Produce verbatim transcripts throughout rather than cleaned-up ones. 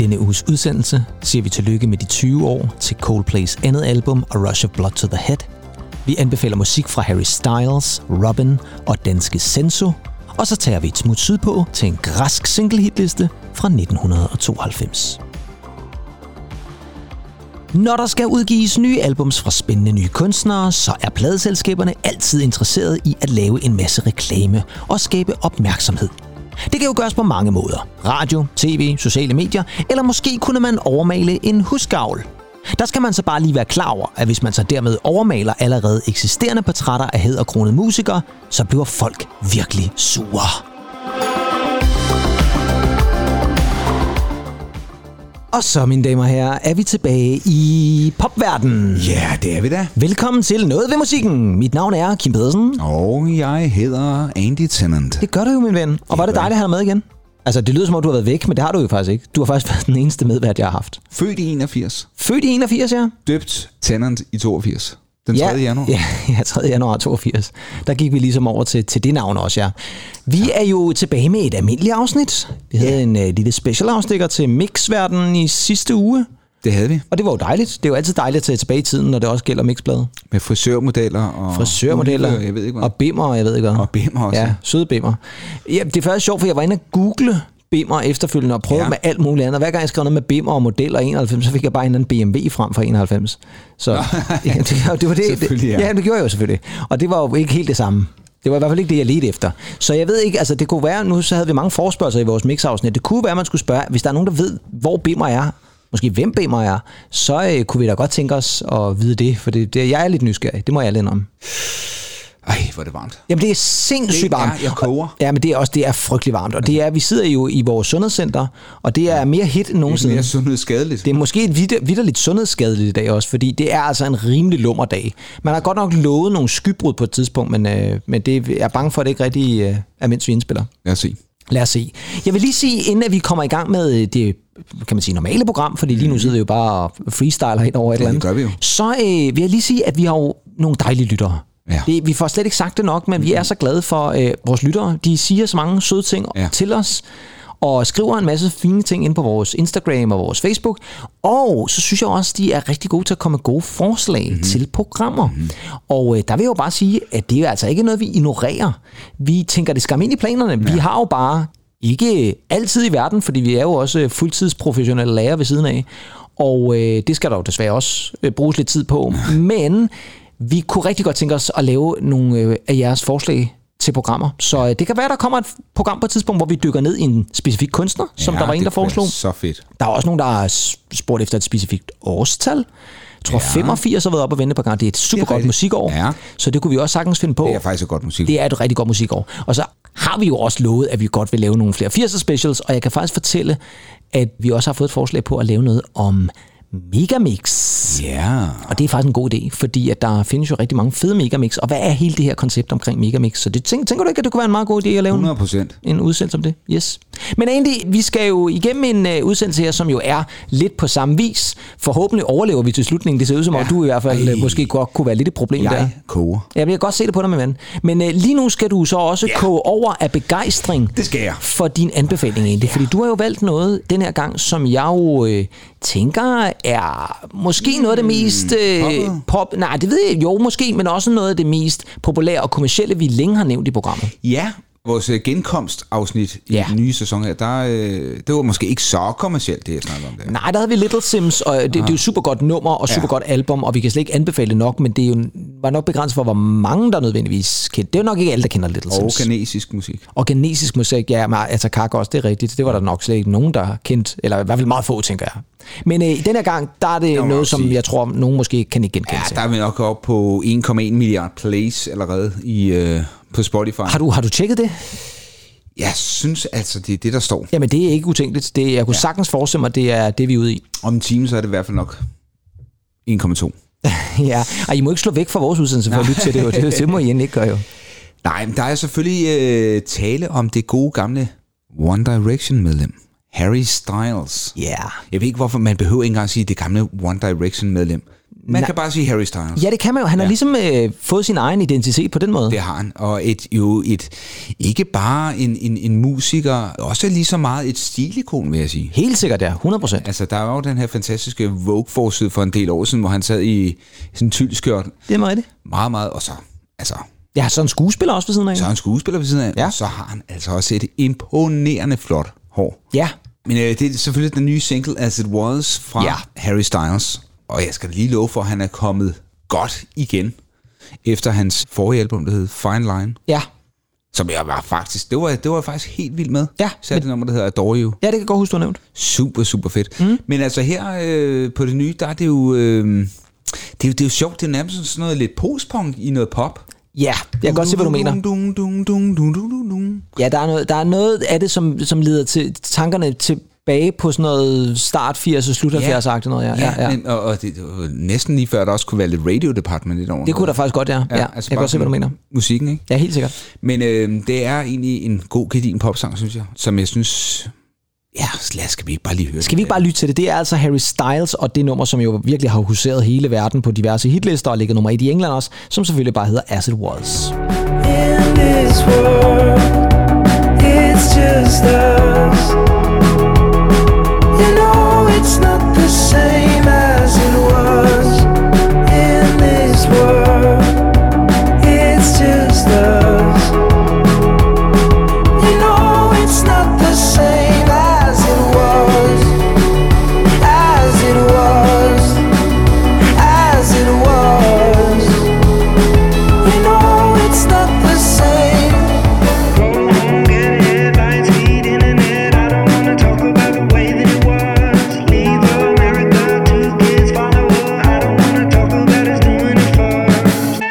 denne uges udsendelse siger vi tillykke med de tyve år til Coldplays andet album, A Rush of Blood to the Head. Vi anbefaler musik fra Harry Styles, Robin og danske Senso. Og så tager vi et smut sydpå til en græsk singlehitliste fra nitten tooghalvfems. Når der skal udgives nye albums fra spændende nye kunstnere, så er pladeselskaberne altid interesserede i at lave en masse reklame og skabe opmærksomhed. Det kan jo gøres på mange måder. Radio, tv, sociale medier, eller måske kunne man overmale en husgavl. Der skal man så bare lige være klar over, at hvis man så dermed overmaler allerede eksisterende portrætter af hæderkronede musikere, så bliver folk virkelig sure. Og så, mine damer og herrer, er vi tilbage i popverdenen. Ja, det er vi da. Velkommen til Noget ved musikken. Mit navn er Kim Pedersen. Og jeg hedder Andy Tennant. Det gør du jo, min ven. Og var det dejligt at have dig med igen. Altså, det lyder som om, du har været væk, men det har du jo faktisk ikke. Du har faktisk været den eneste medvært, jeg har haft. Født i enogfirs. Født i enogfirs, ja. Døbt Tennant i toogfirs. Den tredje ja, januar. Ja, ja, tredje januar toogfirs. Der gik vi ligesom over til, til det navn også, ja. Vi ja. er jo tilbage med et almindeligt afsnit. Vi havde ja. en uh, lille special afstikker til mixverdenen i sidste uge. Det havde vi. Og det var jo dejligt. Det er jo altid dejligt at tage tilbage i tiden, når det også gælder mixbladet. Med frisørmodeller og... Frisørmodeller. Jeg ved ikke hvad. Og bimmer, og jeg ved ikke hvad. Og bimmer også. Ja, søde bimmer. Ja, det er faktisk sjovt, for jeg var inde at google bimmer efterfølgende og prøve ja. med alt muligt andet. Hver gang jeg skrev noget med bimmer og modeller enoghalvfems, så fik jeg bare en anden B M W frem fra enoghalvfems. Så ja, det, det var det. det ja. ja, det gjorde jeg jo selvfølgelig. Og det var jo ikke helt det samme. Det var i hvert fald ikke det, jeg ledte efter. Så jeg ved ikke, altså det kunne være, nu så havde vi mange forespørgsler i vores mixafsnit. Det kunne være, at man skulle spørge, hvis der er nogen, der ved, hvor bimmer er, måske hvem bimmer er, så øh, kunne vi da godt tænke os at vide det, for det, det, jeg er lidt nysgerrig. Det må jeg ærligt om. Ej, hvor er det varmt. Jamen, det er sindssygt varmt. Det er, jeg koger. Ja, men det er også, det er frygtelig varmt. Og det er, vi sidder jo i vores sundhedscenter, og det er mere hit end nogensinde. Det er mere sundhedsskadeligt. Det er måske et vidt, vitterligt sundhedsskadeligt i dag også, fordi det er altså en rimelig lummer dag. Man har godt nok lovet nogle skybrud på et tidspunkt, men, øh, men det er bange for, at det ikke rigtig øh, er, mens vi indspiller. Lad os se. Lad os se. Jeg vil lige sige, inden at vi kommer i gang med det, kan man sige, normale program, fordi lige nu sidder vi jo bare og freestyler hen over et ja, eller andet. Det gør vi jo. Så øh, vil jeg lige sige, at vi har jo nogle dejlige lyttere. Ja. Det, vi får slet ikke sagt det nok, men mm-hmm. vi er så glade for øh, vores lyttere. De siger så mange søde ting ja. til os, og skriver en masse fine ting ind på vores Instagram og vores Facebook. Og så synes jeg også, de er rigtig gode til at komme med gode forslag mm-hmm. til programmer. Mm-hmm. Og øh, der vil jeg jo bare sige, at det er altså ikke noget, vi ignorerer. Vi tænker, det skal ind i planerne. Ja. Vi har jo bare ikke altid i verden, fordi vi er jo også fuldtidsprofessionelle lærere ved siden af. Og øh, det skal der jo desværre også øh, bruges lidt tid på. Ja. Men vi kunne rigtig godt tænke os at lave nogle øh, af jeres forslag til programmer. Så øh, det kan være, der kommer et program på et tidspunkt, hvor vi dykker ned i en specifik kunstner, som ja, der var en, der foreslog. Så fedt. Der er også nogen, der har spurgt efter et specifikt årstal. Jeg tror, ja. femogfirs har været op og vente på gang. Det er et super godt musikår. Ja. Så det kunne vi også sagtens finde på. Det er faktisk et godt musikår. Det er et rigtig godt musikår. Og så har vi jo også lovet, at vi godt vil lave nogle flere firser specials, og jeg kan faktisk fortælle, at vi også har fået et forslag på at lave noget om Megamix. Ja. Yeah. Og det er faktisk en god idé, fordi at der findes jo rigtig mange fede Megamix. Og hvad er hele det her koncept omkring Megamix? Så det tænker, tænker du ikke, at det kunne være en meget god idé at lave hundrede procent. En, en udsendelse om det? Yes. Men egentlig, vi skal jo igennem en uh, udsendelse her, som jo er lidt på samme vis. Forhåbentlig overlever vi til slutningen. Det ser ud som om, ja. du i hvert fald Ej. måske godt kunne være lidt et problem jeg der. Jeg koger. Jeg vil godt se det på dig, min ven. Men uh, lige nu skal du så også yeah. koge over af begejstring. Det skal jeg. For din anbefaling egentlig. Yeah. Fordi du har jo valgt noget den her gang, som jeg jo øh, tænker er måske noget af det mest øh, pop... Nej, det ved jeg jo måske, men også noget af det mest populære og kommercielle, vi længe har nævnt i programmet. Ja, vores genkomstafsnit i ja. den nye sæson her, der, øh, det var måske ikke så kommercielt, det jeg snakker om der. Nej, der havde vi Little Sims, og det, det er jo super godt nummer og super ja. godt album, og vi kan slet ikke anbefale nok, men det er jo, var nok begrænset for, hvor mange der nødvendigvis kendte. Det er jo nok ikke alle, der kender Little Sims. Og ghanesisk musik. Og ghanesisk musik, ja, men altså Kaka også, det er rigtigt. Det var der nok slet ikke nogen, der kendte, eller i hvert fald meget få, tænker jeg. Men øh, i den her gang, der er det noget, som sige. jeg tror, nogen måske kan ikke genkende ja, der er vi nok oppe på en komma en milliard plays allerede i, øh, på Spotify. Har du, har du tjekket det? Jeg synes altså, det er det, der står. Jamen, det er ikke utænkeligt. Det, jeg kunne ja. sagtens forestille mig, det er det, vi er ude i. Om en time, så er det i hvert fald nok en komma to. Ja, og I må ikke slå væk fra vores udsendelse for at lytte til det. Det, det må I egentlig ikke gøre, jo. Nej, men der er selvfølgelig øh, tale om det gode gamle One Direction-medlem. Harry Styles. Ja. Yeah. Jeg ved ikke, hvorfor man behøver ikke engang at sige det gamle One Direction-medlem. Man Nej. kan bare sige Harry Styles. Ja, det kan man jo. Han ja. har ligesom øh, fået sin egen identitet på den måde. Det har han. Og et, jo et, ikke bare en, en, en musiker, også lige så meget et stilikon, vil jeg sige. Helt sikkert, ja. hundrede procent. Altså, der var jo den her fantastiske Vogue-forside for en del år siden, hvor han sad i sådan en tyldskørt. Det er meget rigtigt. Meget, meget. Og så, altså... Ja, så en skuespiller også ved siden af. Så en skuespiller ved siden af. Ja. Og så har han altså også et imponerende flot hår. Ja. Men øh, det er selvfølgelig den nye single, As It Was, fra ja. Harry Styles. Og jeg skal lige love for, at han er kommet godt igen, efter hans forrige album, der hed Fine Line. Ja. Som jeg var faktisk, det var, det var jeg faktisk helt vild med. Ja. Så det nummer, der hedder Adore You. Ja, det kan jeg godt huske, du har nævnt. Super, super fedt. Mm. Men altså her øh, på det nye, der er det jo, øh, det er jo, det er jo sjovt, det er nærmest sådan noget lidt postpunk i noget pop. Ja, jeg kan godt se, hvad du mener. Ja, der er noget, der er noget af det, som, som leder til tankerne tilbage på sådan noget start firserne, slut halvfjerdserne-agtigt noget. Ja, ja, ja. Men, og, og det var næsten lige før, der også kunne være lidt Radio Department lidt over. Det kunne der faktisk godt, ja. ja, ja altså jeg kan godt se, hvad du mener. Musikken, ikke? Ja, helt sikkert. Men øh, det er egentlig en god gedigen popsang, synes jeg, som jeg synes... Ja, lad os, skal vi ikke bare lige høre Skal vi ikke bare lytte til det? Det er altså Harry Styles, og det nummer, som jo virkelig har huseret hele verden på diverse hitlister og ligger nummer et i England også, som selvfølgelig bare hedder As It Was. In this world, it's just us. You know it's not the same as it was. In this world, it's just us. You know it's not the same as it was, as it was, as it was. You know it's not the same. Go home, get headlines, feed internet. I don't wanna talk about the way that it was. Leave America, two kids follow her. I don't wanna talk about us doing it first.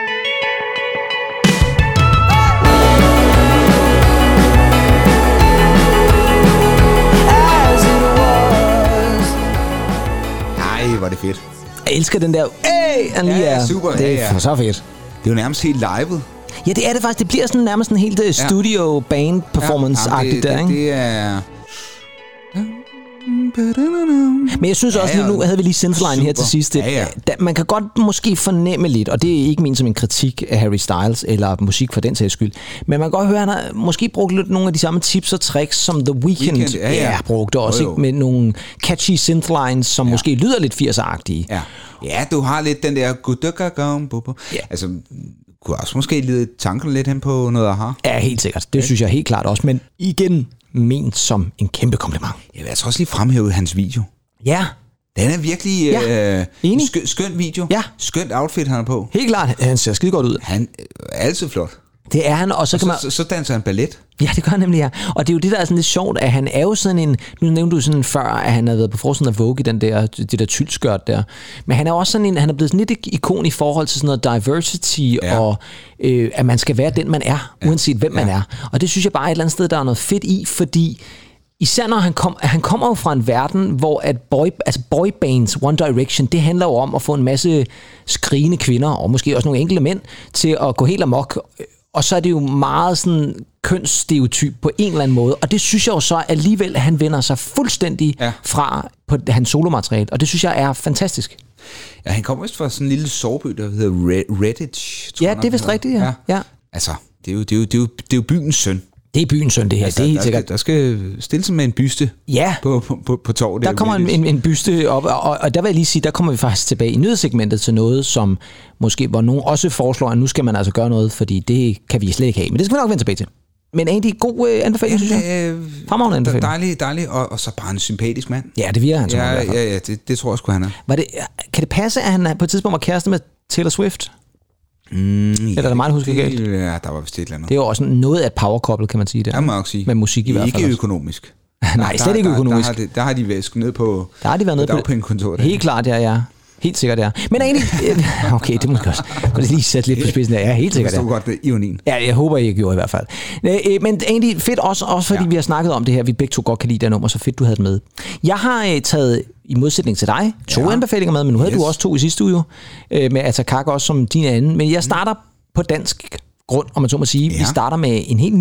Ej, hvor er det fedt. Jeg elsker den der, hey, han lige ja, er. super. Det er ja, ja. så fedt. Det er jo nærmest helt live. Ja, det er det faktisk. Det bliver sådan nærmest en helt ja. studio band performance-agtigt ja, der, ikke? Det er... Men jeg synes også, ja, ja. lige nu havde vi lige synthline her til sidst. Ja, ja. Da, man kan godt måske fornemme lidt, og det er ikke ment som en kritik af Harry Styles eller musik for den sags skyld, men man kan godt høre, at han har måske brugt lidt nogle af de samme tips og tricks, som The Weeknd, Weeknd ja, ja. Ja, brugte også, jo, jo. Ikke? Med nogle catchy synth-lines, som ja. måske lyder lidt firser-agtige. Ja. ja, du har lidt den der... Ja. Altså, kunne også måske lede tankerne lidt hen på noget aha. Ja, helt sikkert. Det ja. synes jeg helt klart også, men igen... ment som en kæmpe kompliment. Jeg vil altså også lige fremhæve hans video. Ja. Den er virkelig ja. øh, skøn, skøn video. Ja. Skønt outfit, han er på. Helt klart. Han ser skide godt ud. Han er altid flot. Det er han, og så og kan man... Så, så danser han ballet. Ja, det gør han nemlig, ja. Og det er jo det, der er sådan lidt sjovt, at han er jo sådan en... Nu nævnte du sådan før, at han havde været på forsiden af Vogue i den der, det der tyldskørt der. Men han er også sådan en... Han er blevet sådan lidt et ikon i forhold til sådan noget diversity, ja. og øh, at man skal være den, man er, ja. uanset hvem ja. man er. Og det synes jeg bare et eller andet sted, der er noget fedt i, fordi... Især når han, kom, han kommer jo fra en verden, hvor at boy, altså boybands, One Direction, det handler jo om at få en masse skrigende kvinder, og måske også nogle enkelte mænd, til at gå helt amok. Og så er det jo meget sådan kønsstereotyp på en eller anden måde. Og det synes jeg jo så alligevel, at han vender sig fuldstændig ja. fra på hans solomateriale. Og det synes jeg er fantastisk. Ja, han kommer vist fra sådan en lille soveby, der hedder Redditch. Ja, det er vist rigtigt, ja. ja. ja. Altså, det er, jo, det, er jo, det, er jo, det er jo byens søn. Det er byens søn, det her. Altså, det er helt sikkert. Der skal stille sig med en byste ja. på, på, på, på torvet. Der kommer en, en, en byste op, og, og der vil jeg lige sige, der kommer vi faktisk tilbage i nyhedssegmentet til noget, som måske, hvor nogen også foreslår, at nu skal man altså gøre noget, fordi det kan vi slet ikke have. Men det skal vi nok vende tilbage til. Men egentlig god øh, anbefaling, ja, synes jeg. Øh, Fremragende anbefaling. Dejlig, dejlig, og, og så bare en sympatisk mand. Ja, det virker han som. Ja, ja, ja, det, det tror jeg sgu, han er. Var det, kan det passe, at han på et tidspunkt var kæreste med Taylor Swift? Mm, eller er der meget, husker galt? Ja, der var vist et eller andet. Det er jo også noget af et power-couple, kan man sige. Der. Det må jeg også sige. Med musik i hvert fald. Ikke økonomisk. Nej, slet ikke økonomisk. Der, der, der, der har de væsket ned på, der har de været nede på dagpengekontoret. Helt klart, ja, ja. Helt sikkert, ja. Men egentlig... Okay, det må jeg også... Kunne det lige sætte lidt på spidsen der? Ja, helt sikkert, ja. Det forstod godt ironien. Ja, jeg håber, I gjorde i hvert fald. Men egentlig fedt også, også fordi ja. vi har snakket om det her, vi begge to godt kan lide det nummer, så fedt, du havde det med. Jeg har uh, taget, i modsætning til dig, to ja. anbefalinger med, men nu havde yes. du også to i sidste uge, uh, med Atakak også som din anden. Men jeg starter på dansk grund, om man så må sige. Ja. Vi starter med en helt ny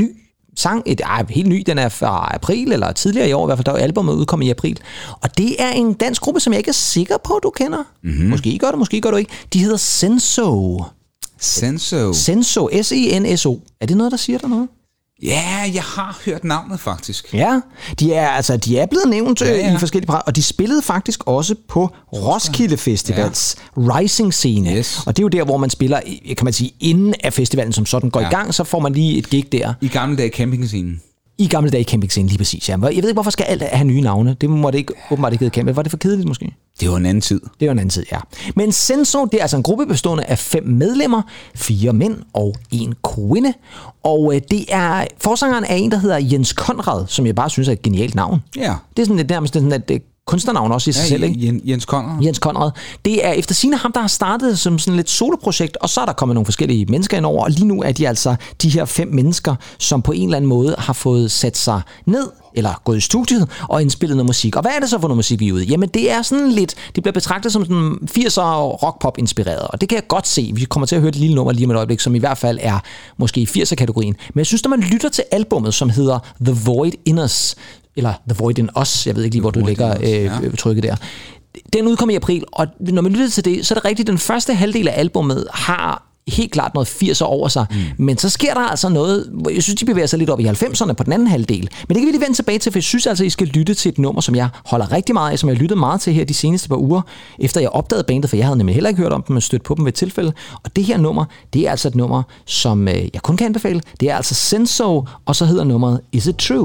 sang, et, ej, helt ny, den er fra april, eller tidligere i år, i hvert fald, der er albumet udkommet i april. Og det er en dansk gruppe, som jeg ikke er sikker på, du kender. Mm-hmm. Måske gør du, måske gør du ikke. De hedder Senso. Senso? Senso, S E N S O. Er det noget, der siger der noget? Ja, jeg har hørt navnet faktisk. Ja, de er, altså, de er blevet nævnt ja, ja. i forskellige programmer, og de spillede faktisk også på Roskilde Festivals ja. Rising-scene. Yes. Og det er jo der, hvor man spiller, kan man sige, inden af festivalen som sådan går ja. i gang, så får man lige et gig der. I gamle dage campingscenen. I gamle dage campingscenen, lige præcis. Ja. Jeg ved ikke, hvorfor skal alt have nye navne? Det må det ikke, åbenbart ikke hedde camping. Var det for kedeligt måske? Det var en anden tid. Det var en anden tid, ja. Men Senso, det er altså en gruppe bestående af fem medlemmer, fire mænd og en kvinde. Og øh, det er, forsangeren er en, der hedder Jens Konrad, som jeg bare synes er et genialt navn. Ja. Det er sådan lidt nærmest sådan, at det kunstnernavn også i sig ja, selv, ikke? Jens Konrad. Jens Konrad. Det er efter sigende ham, der har startet som sådan lidt soloprojekt, og så er der kommet nogle forskellige mennesker ind over, og lige nu er de altså de her fem mennesker, som på en eller anden måde har fået sat sig ned, eller gået i studiet og indspillet noget musik. Og hvad er det så for noget musik, vi er ude? Jamen det er sådan lidt, det bliver betragtet som sådan firser rock-pop inspireret, og det kan jeg godt se. Vi kommer til at høre et lille nummer lige om et øjeblik, som i hvert fald er måske i firser-kategorien. Men jeg synes, når man lytter til albummet, som hedder The Void in Us, eller The Void in Us, jeg ved ikke lige, hvor du lægger øh, ja. trykket der. Den udkom i april, og når man lytter til det, så er det rigtigt, den første halvdel af albummet har helt klart noget firser over sig, mm. men så sker der altså noget, jeg synes, de bevæger sig lidt op i halvfemserne på den anden halvdel. Men det kan vi lige vende tilbage til, for jeg synes altså, I skal lytte til et nummer, som jeg holder rigtig meget af, som jeg har lyttet meget til her de seneste par uger, efter jeg opdagede bandet, for jeg havde nemlig heller ikke hørt om dem, men stødt på dem ved et tilfælde. Og det her nummer, det er altså et nummer, som øh, jeg kun kan anbefale. Det er altså Senso, og så hedder nummeret Is It True?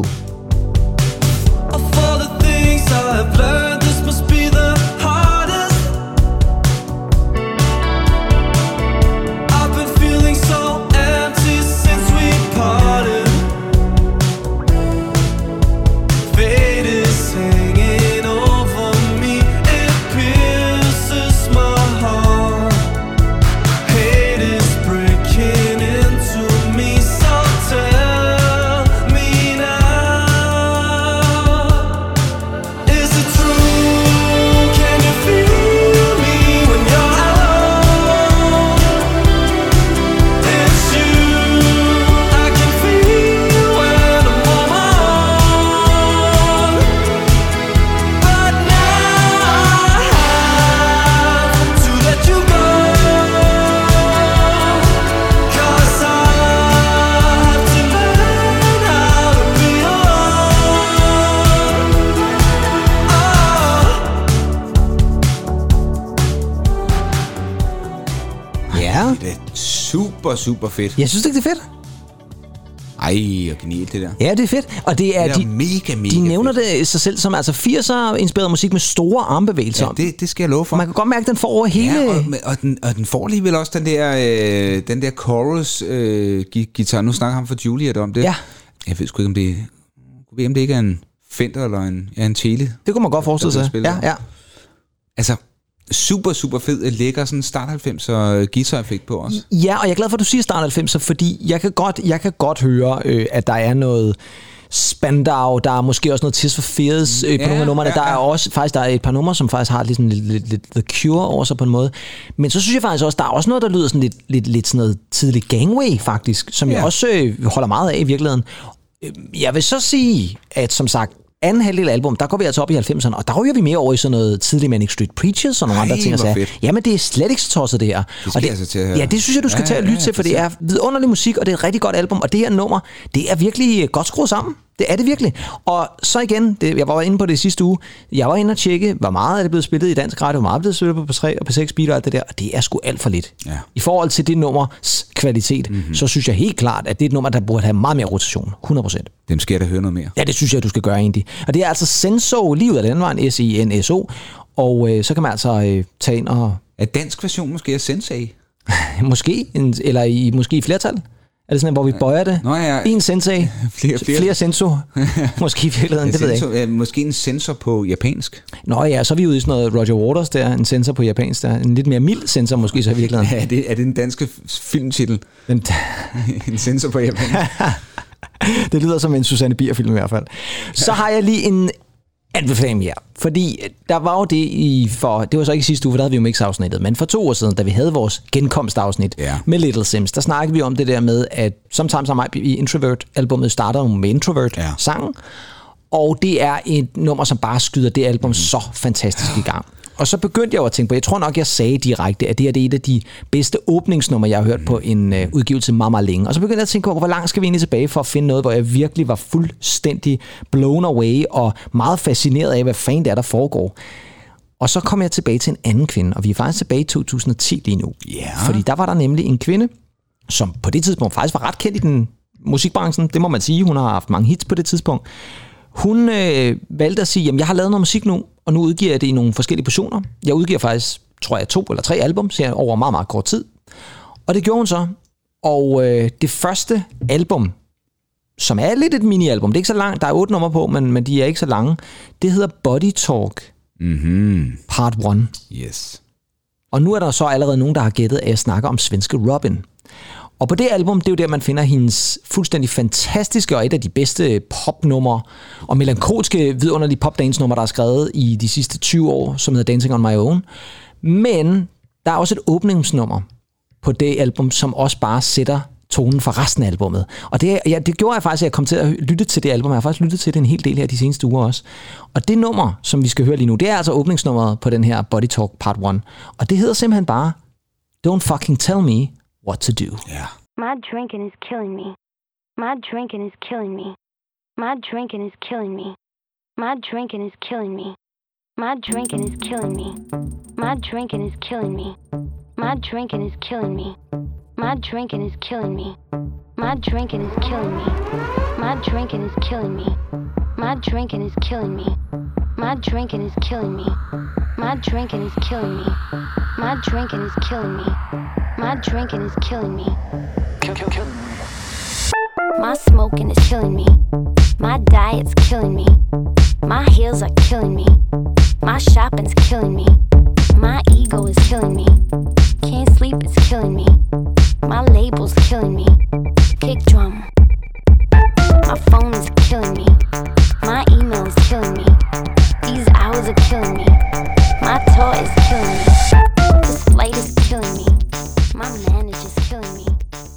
I've learned this must be the hardest. I've been feeling so empty since we parted. Fate is hanging over me. It pierces my heart. Hate is breaking into me. So tell me now, is it true? Can you feel me when you're alone? It's you I can feel when I'm on my own. But now I have to let you go, 'cause I have to learn how to be alone. Oh. Ja. Det er super, super fedt. Jeg synes ikke, det er fedt. Ej, og genialt det der. Ja, det er fedt. Og det er, Det er de, mega, mega de nævner fedt. det sig selv som altså firser-inspireret musik med store armbevægelser. Ja, det, det skal jeg love for. Man kan godt mærke, at den får over hele... Ja, og, og, den, og den får alligevel også den der, øh, den der chorus øh, guitar. Nu snakker han for Juliet om det. Ja. Jeg ved sgu ikke, om det, jeg ved, om det ikke er en Fender eller en, ja, en Tele. Det kunne man godt forestille sig. Ja, ja. Altså, super, super fed, lækker sådan start halvfemser guitar-effekt på os. Ja, og jeg er glad for, at du siger start halvfemser, fordi jeg kan godt, jeg kan godt høre, øh, at der er noget Spandau, der er måske også noget Tears for Fears øh, på ja, nogle af numrene. Ja, ja. Der er også faktisk der er et par numre, som faktisk har lidt, sådan, lidt, lidt, lidt The Cure over sig på en måde. Men så synes jeg faktisk også, der er også noget, der lyder sådan lidt, lidt, lidt sådan noget tidlig Gangway faktisk, som ja. jeg også øh, holder meget af i virkeligheden. Jeg vil så sige, at som sagt, anden halvdel af album, der går vi altså op i halvfemserne, og der ryger vi mere over i sådan noget tidlig Manic Street Preachers og nogle Ej, andre ting. Så jamen, det er slet ikke så tosset, det her. Det skal og det, altså til at... Ja, det synes jeg, du skal ja, tage og lytte ja, ja, til, for det er vidunderlig musik, og det er et rigtig godt album, og det her nummer, det er virkelig godt skruet sammen. Det er det virkelig. Og så igen, det, jeg var inde på det sidste uge, jeg var inde og tjekke, hvor meget er det blevet spillet i dansk radio, hvor meget er det blevet spillet på P tre og P seks Beat og alt det der, og det er sgu alt for lidt. Ja. I forhold til det nummers kvalitet, mm-hmm. så synes jeg helt klart, at det er et nummer, der burde have meget mere rotation. hundrede procent. Dem skal jeg da høre noget mere. Ja, det synes jeg, du skal gøre egentlig. Og det er altså Senso, lige ud af den vejen, S I N S O, og øh, så kan man altså øh, tage ind og... Er dansk version måske af Sensei? måske, eller i, måske i flertal. Er det sådan, hvor vi bøjer det? Nå, ja. En sensei, flere, flere. flere senso. Måske i virkeligheden, det ved jeg ikke. Måske en sensor på japansk. Nå ja, så er vi ude i sådan noget Roger Waters der, en sensor på japansk der. En lidt mere mild sensor måske så i virkeligheden. Ja, er det, er det den danske filmtitel? Men, en sensor på japansk. Det lyder som en Susanne Bier-film i hvert fald. Så har jeg lige en Anbefaling, ja. Fordi der var jo det i for, det var så ikke sidste uge, for der havde vi jo mix-afsnittet, men for to år siden, da vi havde vores genkomstafsnit ja. med Little Sims, der snakkede vi om det der med, at Sometimes I Might Be Introvert-albummet starter med Introvert-sangen, ja. Og det er et nummer, som bare skyder det album mm. så fantastisk i gang. Og så begyndte jeg jo at tænke på, jeg tror nok, jeg sagde direkte, at det her det er et af de bedste åbningsnumre, jeg har hørt på en uh, udgivelse meget, meget længe. Og så begyndte jeg at tænke på, hvor langt skal vi egentlig tilbage for at finde noget, hvor jeg virkelig var fuldstændig blown away og meget fascineret af, hvad fanden det er, der foregår. Og så kom jeg tilbage til en anden kvinde, og vi er faktisk tilbage i to tusind og ti lige nu. Yeah. Fordi der var der nemlig en kvinde, som på det tidspunkt faktisk var ret kendt i den musikbranchen. Det må man sige. Hun har haft mange hits på det tidspunkt. Hun øh, valgte at sige, jamen jeg har lavet noget musik nu, og nu udgiver jeg det i nogle forskellige portioner. Jeg udgiver faktisk, tror jeg, to eller tre album, over meget, meget kort tid. Og det gjorde hun så. Og øh, det første album, som er lidt et mini-album, det er ikke så langt, der er otte numre på, men, men de er ikke så lange, det hedder Body Talk mm-hmm. Part one. Yes. Og nu er der så allerede nogen, der har gættet, at jeg snakker om svenske Robin. Og på det album, det er jo der, man finder hendes fuldstændig fantastiske og et af de bedste popnumre og melankolske, vidunderlige popdance-numre, der er skrevet i de sidste tyve år, som hedder Dancing on My Own. Men der er også et åbningsnummer på det album, som også bare sætter tonen for resten af albummet. Og det, ja, det gjorde jeg faktisk, at jeg kom til at lytte til det album. Jeg har faktisk lyttet til det en hel del her de seneste uger også. Og det nummer, som vi skal høre lige nu, det er altså åbningsnummeret på den her Body Talk Part one. Og det hedder simpelthen bare Don't Fucking Tell Me What to Do. Yeah. My drinking is killing me. My drinking is killing me. My drinking is killing me. My drinking is killing me. My drinking is killing me. My drinking is killing me. My drinking is killing me. My drinking is killing me. My drinking is killing me. My drinking is killing me. My drinking is killing me. My drinking is killing me. My drinking is killing me. My drinking is killing me. My drinking is killing me. Kill, kill, kill. My smoking is killing me. My diet's killing me. My heels are killing me. My shopping's killing me. My ego is killing me. Can't sleep, it's killing me. My label's killing me. Kick drum. My phone is killing me. My email is killing me. These hours are killing me. My toy is killing me. This flight is killing me. My manager's killing me.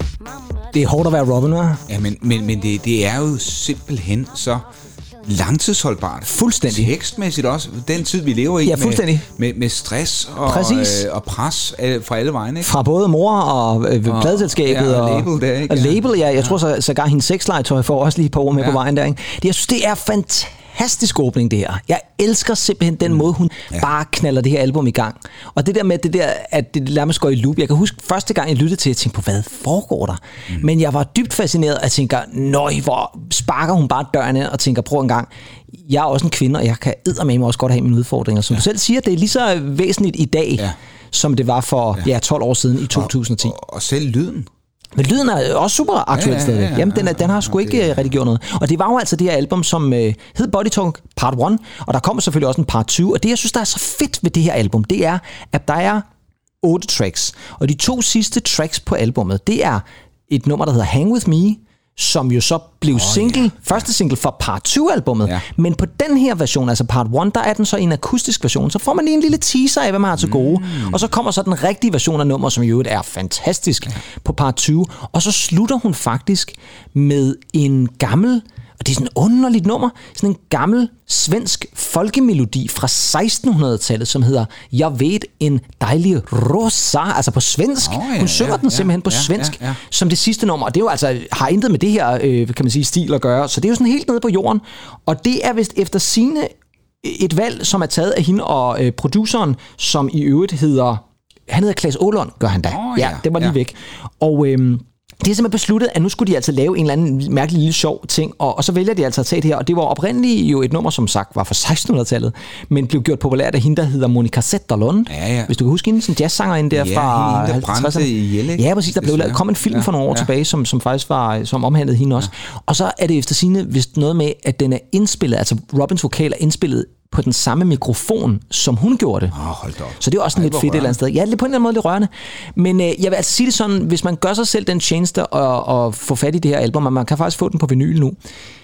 Det er hårdt at være Robin, hva'? Ja, men, men, men det, det er jo simpelthen så langtidsholdbart. Fuldstændig. Tekstmæssigt også. Den tid, vi lever i. Ja, fuldstændig. Med, med, med stress og, øh, og pres øh, fra alle vegne. Ikke? Fra både mor og øh, pladselskabet. Ja, og, og label der, ikke? Og label, ja. Jeg ja. tror så, sågar hendes sexlegetøj får også lige et par ord med ja. på vejen der. Ikke? Det, jeg synes, det er fantastisk. Fantastisk åbning, det her. Jeg elsker simpelthen den mm. måde, hun ja. bare knalder det her album i gang. Og det der med, det der, at det nærmest går i loop. Jeg kan huske, første gang jeg lyttede til, jeg tænkte på, hvad foregår der? Mm. Men jeg var dybt fascineret, og jeg tænker, nøj, hvor sparker hun bare dørene, og tænker, prøv en gang, jeg er også en kvinde, og jeg kan eddermame også godt have mine udfordringer. Som ja. du selv siger, det er lige så væsentligt i dag, ja. som det var for ja. Ja, tolv år siden i to tusind og ti. Og, og selv lyden. Men lyden er også super aktuel ja, ja, ja, ja, stadig. Jamen, den, er, den har sgu ikke okay. redigeret noget. Og det var jo altså det her album, som øh, hed Body Talk Part one, og der kommer selvfølgelig også en Part two. Og det, jeg synes, der er så fedt ved det her album, det er, at der er otte tracks. Og de to sidste tracks på albummet, det er et nummer, der hedder Hang With Me, som jo så blev oh, single, yeah. første single for Part two-albummet. Yeah. Men på den her version, altså Part one, der er den så en akustisk version. Så får man lige en lille teaser af, hvad man har til gode. Mm. Og så kommer så den rigtige version af nummer, som i øvrigt er fantastisk, yeah. på Part two. Og så slutter hun faktisk med en gammel, og det er sådan et underligt nummer, sådan en gammel svensk folkemelodi fra sekstenhundredetallet, som hedder Jeg ved en dejlig rosa, altså på svensk. Oh, ja, hun synger ja, den simpelthen ja, på svensk, ja, ja. som det sidste nummer, og det er jo altså, har intet med det her, øh, kan man sige, stil at gøre, så det er jo sådan helt nede på jorden, og det er vist efter sigende et valg, som er taget af hende og øh, produceren, som i øvrigt hedder, han hedder Claes Åhlund, gør han da. Oh, ja, ja, det var lige ja. væk. Og øh, det er simpelthen besluttet, at nu skulle de altså lave en eller anden mærkelig lille sjov ting, og, og så vælger de altså at tage det her, og det var oprindeligt jo et nummer, som sagt var fra sekstenhundredetallet, men blev gjort populært af hende, der hedder Monica Zetterlund. Ja, ja. Hvis du kan huske hende, sådan jazzsangerinde der ja, fra hende, der brændte ihjel, ikke? Ja, præcis. Der blev lavet, kom en film ja, for nogle år ja. tilbage, som, som faktisk var, som omhandlede hende også. Ja. Og så er det efter sigende vist noget med, at den er indspillet, altså Robins vokal er indspillet på den samme mikrofon, som hun gjorde det. Oh, hold da op. Så det er også Ej, lidt fedt et eller andet sted. Ja, det er på en eller anden måde lidt rørende. Men øh, jeg vil altså sige det sådan, hvis man gør sig selv den tjeneste og, og få fat i det her album, og man kan faktisk få den på vinyl nu,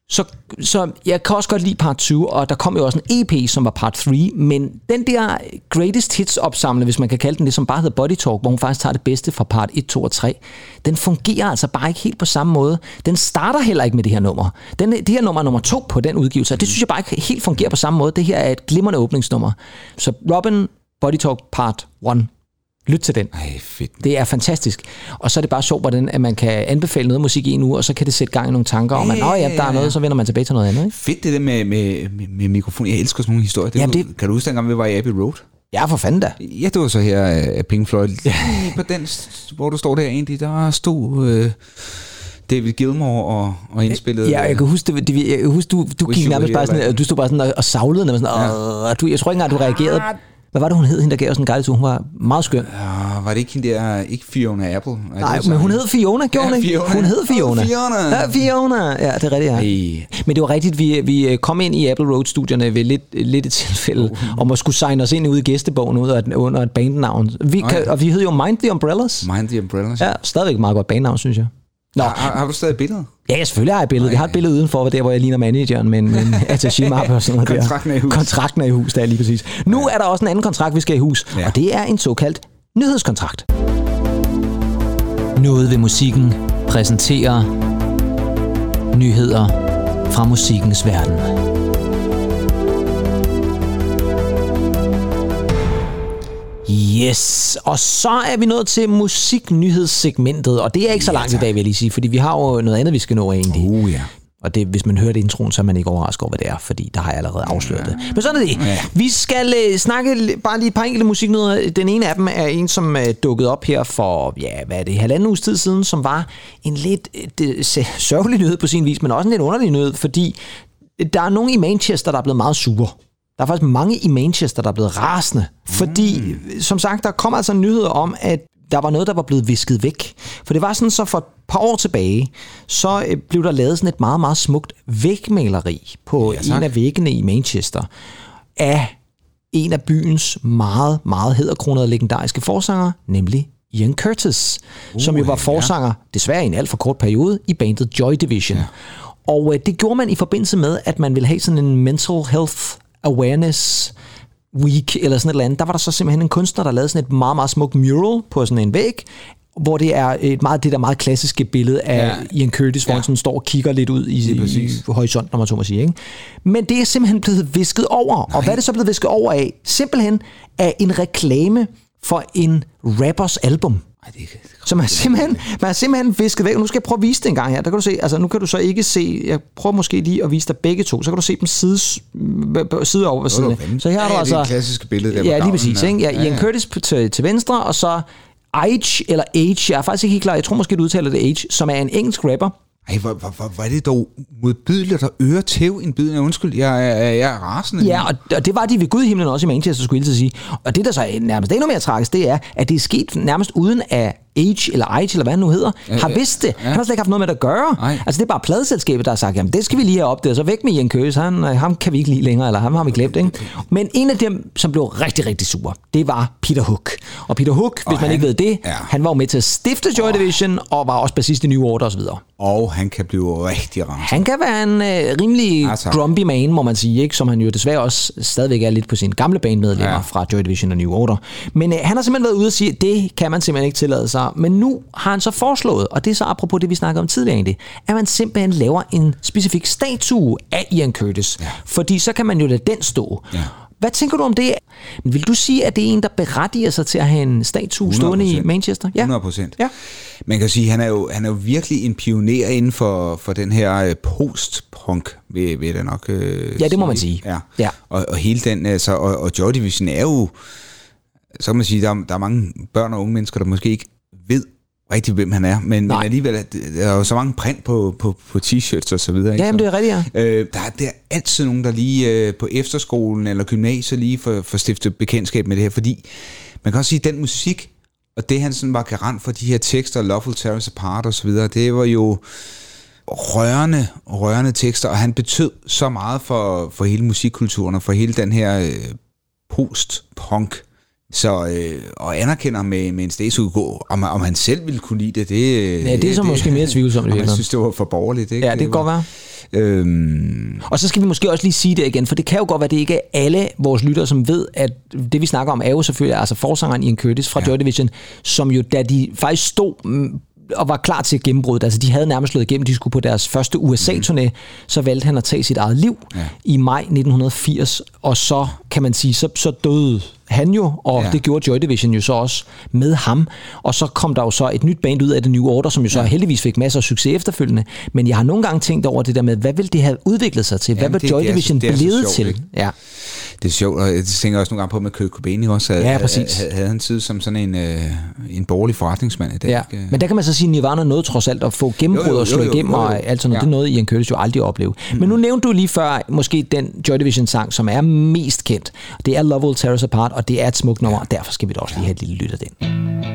Så, så jeg kan også godt lide part tyve, og der kom jo også en E P, som var part tre, men den der Greatest Hits opsamling, hvis man kan kalde den det, som bare hedder Body Talk, hvor hun faktisk tager det bedste fra part et, to og tre, den fungerer altså bare ikke helt på samme måde. Den starter heller ikke med det her nummer. Den, det her nummer er nummer to på den udgivelse, og det synes jeg bare ikke helt fungerer på samme måde. Det her er et glimrende åbningsnummer. Så Robin, Body Talk part et. Lyt til den. Ej, fedt. Det er fantastisk. Og så er det bare sjovt, hvordan at man kan anbefale noget musik i en uge, og så kan det sætte gang i nogle tanker om, at ja, der er noget, så vender man tilbage til noget andet. Ikke? Fedt det der med, med, med, med mikrofon. Jeg elsker sådan nogle historier. Det, Jamen, det... det... Kan du huske, dengang vi var i Abbey Road? Ja, for fanden da. Ja, det var så her af Pink Floyd. Lige på den, hvor du står der egentlig, der stod... Øh David Gilmour og, og indspillede... Ja, jeg kan huske, det, det, jeg kan huske du, du gik nærmest bare sådan, du stod bare sådan og, og savlede, og sådan, ja. og du, jeg tror ikke engang, du reagerede. Hvad var det, hun hed, hende der gav os en guidetur? Hun var meget skøn. Ja, var det ikke hende der, ikke Fiona Apple? Er Nej, men hun hed Fiona, gjorde ja, hun ikke? Fiona. Hun hed Fiona. Oh, Fiona. Ja, Fiona. Ja, det er rigtigt, ja. Hey. Men det var rigtigt, vi, vi kom ind i Apple Road-studierne ved lidt, lidt et tilfælde, oh. om at skulle signe os ind ud i gæstebogen under, under et bandnavn. Vi kan, oh, ja. Og vi hed jo Mind the Umbrellas. Mind the Umbrellas. Ja, stadigvæk et meget godt bandnavn, synes jeg. Nå. Har, har du stadig billeder? Ja, selvfølgelig har jeg et billede. Jeg har et billede udenfor, der hvor jeg ligner manageren, men, men attaché-mappe og sådan noget. Kontrakten er i hus. Kontrakten er i hus, der er lige præcis. Nu ja. er der også en anden kontrakt, vi skal i hus, ja. og det er en såkaldt nyhedskontrakt. Noget ved musikken præsenterer nyheder fra musikkens verden. Yes, og så er vi nået til musiknyhedssegmentet, og det er ikke så langt ja, i dag, vil jeg lige sige, fordi vi har jo noget andet, vi skal nå egentlig. Uh, ja. Og det, hvis man hører det introen, så er man ikke overrasket over, hvad det er, fordi der har jeg allerede afsløret det. Men sådan er det. Ja. Vi skal uh, snakke bare lige et par enkelte musiknyheder. Den ene af dem er en, som uh, dukkede op her for, ja, hvad er det, halvanden uges tid siden, som var en lidt uh, sørgelig nyhed på sin vis, men også en lidt underlig nyhed, fordi der er nogen i Manchester, der er blevet meget sure. Der er faktisk mange i Manchester, der er blevet rasende, fordi, mm. som sagt, der kom altså en nyhed om, at der var noget, der var blevet visket væk. For det var sådan, så for et par år tilbage, så blev der lavet sådan et meget, meget smukt vægmaleri på ja, en af væggene i Manchester af en af byens meget, meget hæderkronede legendariske forsanger, nemlig Ian Curtis, uh, som jo var forsanger, ja. desværre i en alt for kort periode, i bandet Joy Division. Ja. Og øh, det gjorde man i forbindelse med, at man ville have sådan en mental health awareness week, eller sådan et eller andet. Der var der så simpelthen en kunstner, der lavede sådan et meget, meget smukt mural på sådan en væg, hvor det er et meget, det der meget klassiske billede af ja. Ian Curtis, hvor ja. han sådan står og kigger lidt ud i, i horisonten, når man så må sige. Ikke? Men det er simpelthen blevet visket over. Nej. Og hvad er det så blevet visket over af? Simpelthen af en reklame for en rappers album. Ej, det er, så man har simpelthen, man har simpelthen visket væk. Nu skal jeg prøve at vise det en gang her. Der kan du se, altså nu kan du så ikke se, jeg prøver måske lige at vise dig begge to, så kan du se dem side, side over ved siden af. Så her har ja, du altså... det er klassiske billede der. Ja, lige præcis. Ikke? Ja, Ian ja, ja. Curtis til, til venstre, og så Age, eller Age, jeg er faktisk ikke helt klar, jeg tror måske du udtaler det Age, som er en engelsk rapper. Ej, hvor, hvor, hvor, hvor er det dog modbydeligt at øre tæv en bydende. Undskyld, jeg, jeg, jeg er rasende. Ja, og, og det var de ved Gud i himlen også i Manchester, skulle jeg til at sige. Og det, der så er nærmest endnu mere tragisk, det er, at det er sket nærmest uden at Age, eller Age, eller hvad han nu hedder, ja, har vidst det. Ja. Han har slet ikke haft noget med det at gøre. Ej. Altså, det er bare pladeselskabet, der har sagt, jamen, det skal vi lige have opdaget, så væk med Ian Curtis, han, ham kan vi ikke lide længere, eller ham har vi glemt, ikke? Men en af dem, som blev rigtig, rigtig sur, det var Peter Hook. Og Peter Hook, og hvis man han, ikke ved det, ja. han var jo med til at stifte Joy Division, og var også bassist i New Order og så videre. Og han kan blive rigtig ramt. Han kan være en øh, rimelig altså. grumpy man, må man sige, ikke? Som han jo desværre også stadigvæk er lidt på sine gamle bandmedlemmer ja. fra Joy Division og New Order. Men øh, han har simpelthen været ude og sige, at det kan man simpelthen ikke tillade sig. Men nu har han så foreslået, og det er så apropos det, vi snakkede om tidligere egentlig, at man simpelthen laver en specifik statue af Ian Curtis. Ja. Fordi så kan man jo lade den stå. Ja. Hvad tænker du om det? Vil du sige, at det er en, der berettiger sig til at have en statue stående i Manchester? Ja. hundrede procent. Ja. Man kan sige, at han er jo, han er jo virkelig en pioner inden for, for den her post-punk, vil, vil jeg nok øh, Ja, det må man sige. Ja. Ja. Og, og hele den, altså, og, og Joy Division er jo, så kan man sige, der, der er mange børn og unge mennesker, der måske ikke ved rigtig, hvem han er, men, men alligevel der er jo så mange print på, på, på t-shirts og så videre. Ikke? Jamen, det er rigtigt, ja. Øh, der, er, der er altid nogen, der lige øh, på efterskolen eller gymnasiet lige får, får stiftet bekendtskab med det her, fordi man kan også sige, at den musik, og det han sådan var garant for de her tekster, Love Will Tear Us Apart og så videre, det var jo rørende, rørende tekster, og han betød så meget for, for hele musikkulturen og for hele den her øh, post-punk. Så, øh, og anerkender med, med en statue, om, om han selv ville kunne lide det, det ja, det er så det, måske mere tvivlsomt. Jeg synes, det var for borgerligt. Ikke? Ja, det kan godt være. Øhm. Og så skal vi måske også lige sige det igen, for det kan jo godt være, at det ikke er alle vores lyttere, som ved, at det vi snakker om er jo selvfølgelig altså forsangeren Ian Curtis fra ja. Joy Division, som jo, da de faktisk stod og var klar til et gennembrud, altså de havde nærmest slået igennem, de skulle på deres første U S A-turné, mm. så valgte han at tage sit eget liv ja. i maj nitten firs, og så kan man sige, så, så døde han jo, og ja. det gjorde Joy Division jo så også med ham, og så kom der jo så et nyt band ud af The New Order, som jo så ja. heldigvis fik masser af succes efterfølgende, men jeg har nogle gange tænkt over det der med, hvad ville det have udviklet sig til? Hvad Jamen, var det, Joy det er, Division det er blevet sjovt, til? Ikke? Ja. Det er sjovt, og jeg tænker også nogle gange på med Kurt Cobain også, havde, ja, præcis. havde, havde han tid som sådan en, øh, en borgerlig forretningsmand i dag. Ja. Men der kan man så sige, at Nirvana nåede trods alt at få gennembrud og slå igennem, og alt sådan noget. Ja. Det nåede Ian Curtis jo aldrig at opleve. Mm. Men nu nævnte du lige før, måske den Joy Division-sang, som er mest kendt. Det er Love Will Tear Us Apart, og det er et smukt nummer, ja. og derfor skal vi da også lige have et lille lyt af den.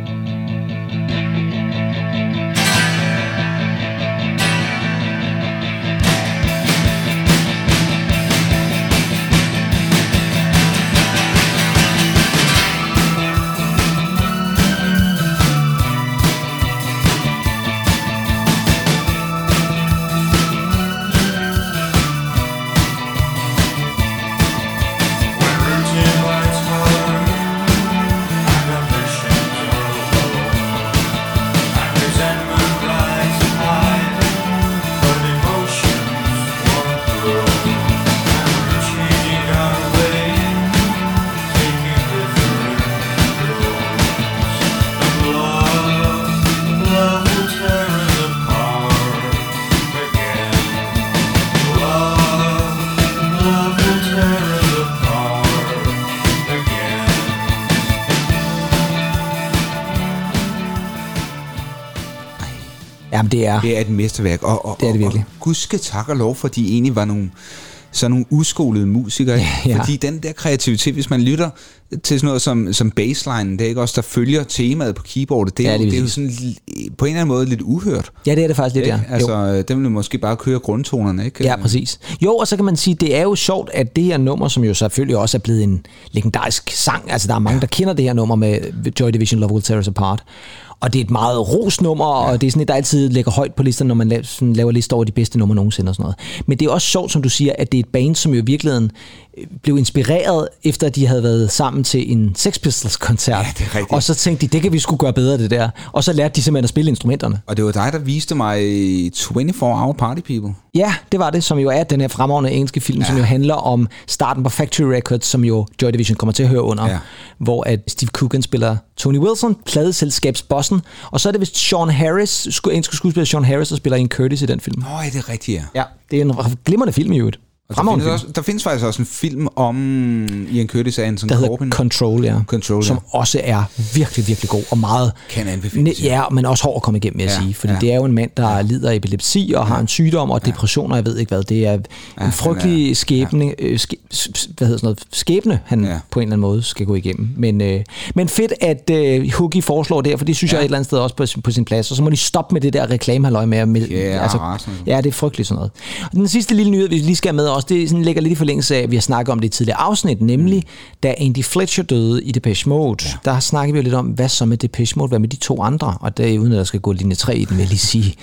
Jamen, det er, det er et mesterværk, og, og, det er det virkelig. Og, og gudske tak og lov, for de egentlig var nogle, sådan nogle uskolede musikere, ja, ja. Fordi den der kreativitet, hvis man lytter til sådan noget som, som bassline, det er ikke også, der følger temaet på keyboardet, det er, ja, det er, det er jo sådan på en eller anden måde lidt uhørt. Ja, det er det faktisk lidt, ja. Altså, dem vil måske bare køre grundtonerne, ikke? Ja, præcis. Jo, og så kan man sige, det er jo sjovt, at det her nummer, som jo selvfølgelig også er blevet en legendarisk sang, altså der er mange, ja. der kender det her nummer med Joy Division, Love Will Tear Us Apart, og det er et meget ros nummer, ja. og det er sådan et, der altid ligger højt på listen, når man laver, sådan, laver lister over de bedste numre nogensinde og sådan noget. Men det er også sjovt, som du siger, at det er et band, som jo i virkeligheden blev inspireret, efter at de havde været sammen til en Sex Pistols-koncert. Ja, og så tænkte de, det kan vi sgu gøre bedre, det der. Og så lærte de simpelthen at spille instrumenterne. Og det var dig, der viste mig twenty-four hour Party People. Ja, det var det, som jo er den her fremragende engelske film, ja. som jo handler om starten på Factory Records, som jo Joy Division kommer til at høre under, ja. hvor at Steve Coogan spiller Tony Wilson, pladeselskabsbossen, og så er det vist Sean Harris, engelske skuespiller Sean Harris, der spiller Ian Curtis i den film. Nå, ja, det er rigtigt, ja. Ja, det er en glimrende film i øvrigt. Der findes, også, der findes faktisk også en film om Ian Curtis og Anton Corbijn. Der hedder Control, ja. Control, som ja. også er virkelig, virkelig god og meget... Kan anbefales. Ja, men også hård at komme igennem, vil jeg ja, sige. Fordi ja. det er jo en mand, der ja. lider af epilepsi og ja. har en sygdom og depression, og jeg ved ikke hvad. Det er ja, en frygtelig er, skæbne, ja. øh, ske, hvad hedder sådan noget, skæbne, han ja. på en eller anden måde skal gå igennem. Men, øh, men fedt, at øh, Hoogie foreslår det, for det synes ja. jeg et eller andet sted også på, på sin plads. Og så må de stoppe med det der reklamehalløj med. med yeah, altså, ja, det er frygteligt sådan noget. Og den sidste lille nyhed, vi lige skal med også, det sådan, ligger lidt i forlængelse af, at vi har snakket om det i tidligere afsnit, nemlig mm. da Andy Fletcher døde i Depeche Mode. Ja. Der snakker vi jo lidt om, hvad så med Depeche Mode, hvad med de to andre, og det er uden at der skal gå linje tre i den, vil jeg lige sige.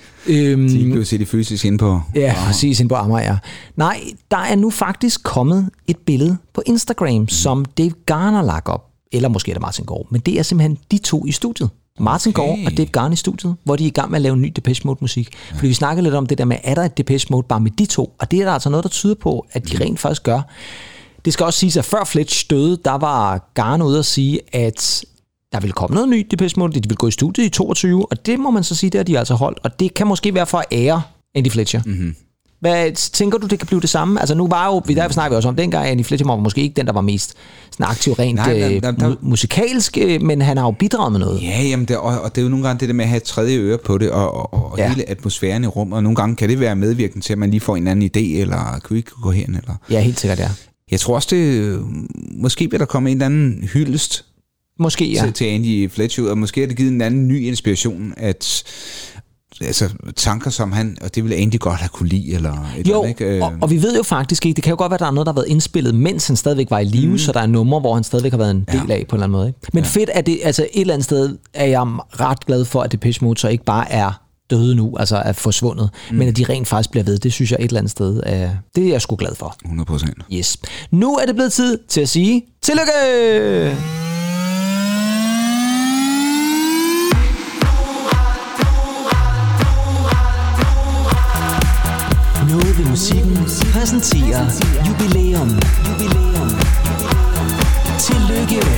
Øhm, de blev set fysisk ind på... Ja, oh. præcis, ind på Amager, ja. Nej, der er nu faktisk kommet et billede på Instagram, mm. som Dave Garner lagt op, eller måske er det Martin Gore, men det er simpelthen de to i studiet. Martin okay. Gore og Dave Garner i studiet, hvor de er i gang med at lave ny Depeche Mode musik. Ja. Fordi vi snakker lidt om det der med, er der et Depeche Mode bare med de to? Og det er der altså noget, der tyder på, at de rent faktisk gør. Det skal også siges, at før Fletch døde, der var Garner ude at sige, at der ville komme noget nyt Depeche Mode, de ville gå i studiet i toogtyve, og det må man så sige, det har de altså holdt. Og det kan måske være for at ære Andy Fletcher. Mm-hmm. Hvad tænker du, det kan blive det samme? Altså nu var jo, vi der snakker vi også om, dengang Andy Fletcher var måske ikke den, der var mest sådan aktiv rent Nej, der, der, der, mu- musikalsk, men han har jo bidraget med noget. Ja, jamen det, og, og det er jo nogle gange det der med at have et tredje øre på det, og, og, og ja. hele atmosfæren i rummet, og nogle gange kan det være medvirkende til, at man lige får en anden idé, eller kan vi ikke gå hen? Eller? Ja, helt sikkert, ja. Jeg tror også, det måske vil der komme en eller anden hyldest måske, ja. til, til Andy Fletcher, og måske har det givet en anden ny inspiration, at altså tanker som han, og det ville Andy godt have kunne lide, eller et jo, eller andet, og, og vi ved jo faktisk ikke, det kan jo godt være, at der er noget, der har været indspillet, mens han stadigvæk var i live, mm. så der er numre, hvor han stadigvæk har været en del ja. af på en eller anden måde. Ikke? Men ja. fedt, at det, altså et eller andet sted er jeg ret glad for, at Depeche Mode så ikke bare er døde nu, altså er forsvundet, mm. men at de rent faktisk bliver ved, det synes jeg et eller andet sted, er, det er jeg sgu glad for. hundrede procent. Yes. Nu er det blevet tid til at sige tillykke! Noget ved musikken præsenterer jubilæum. Jubilæum. Tillykke!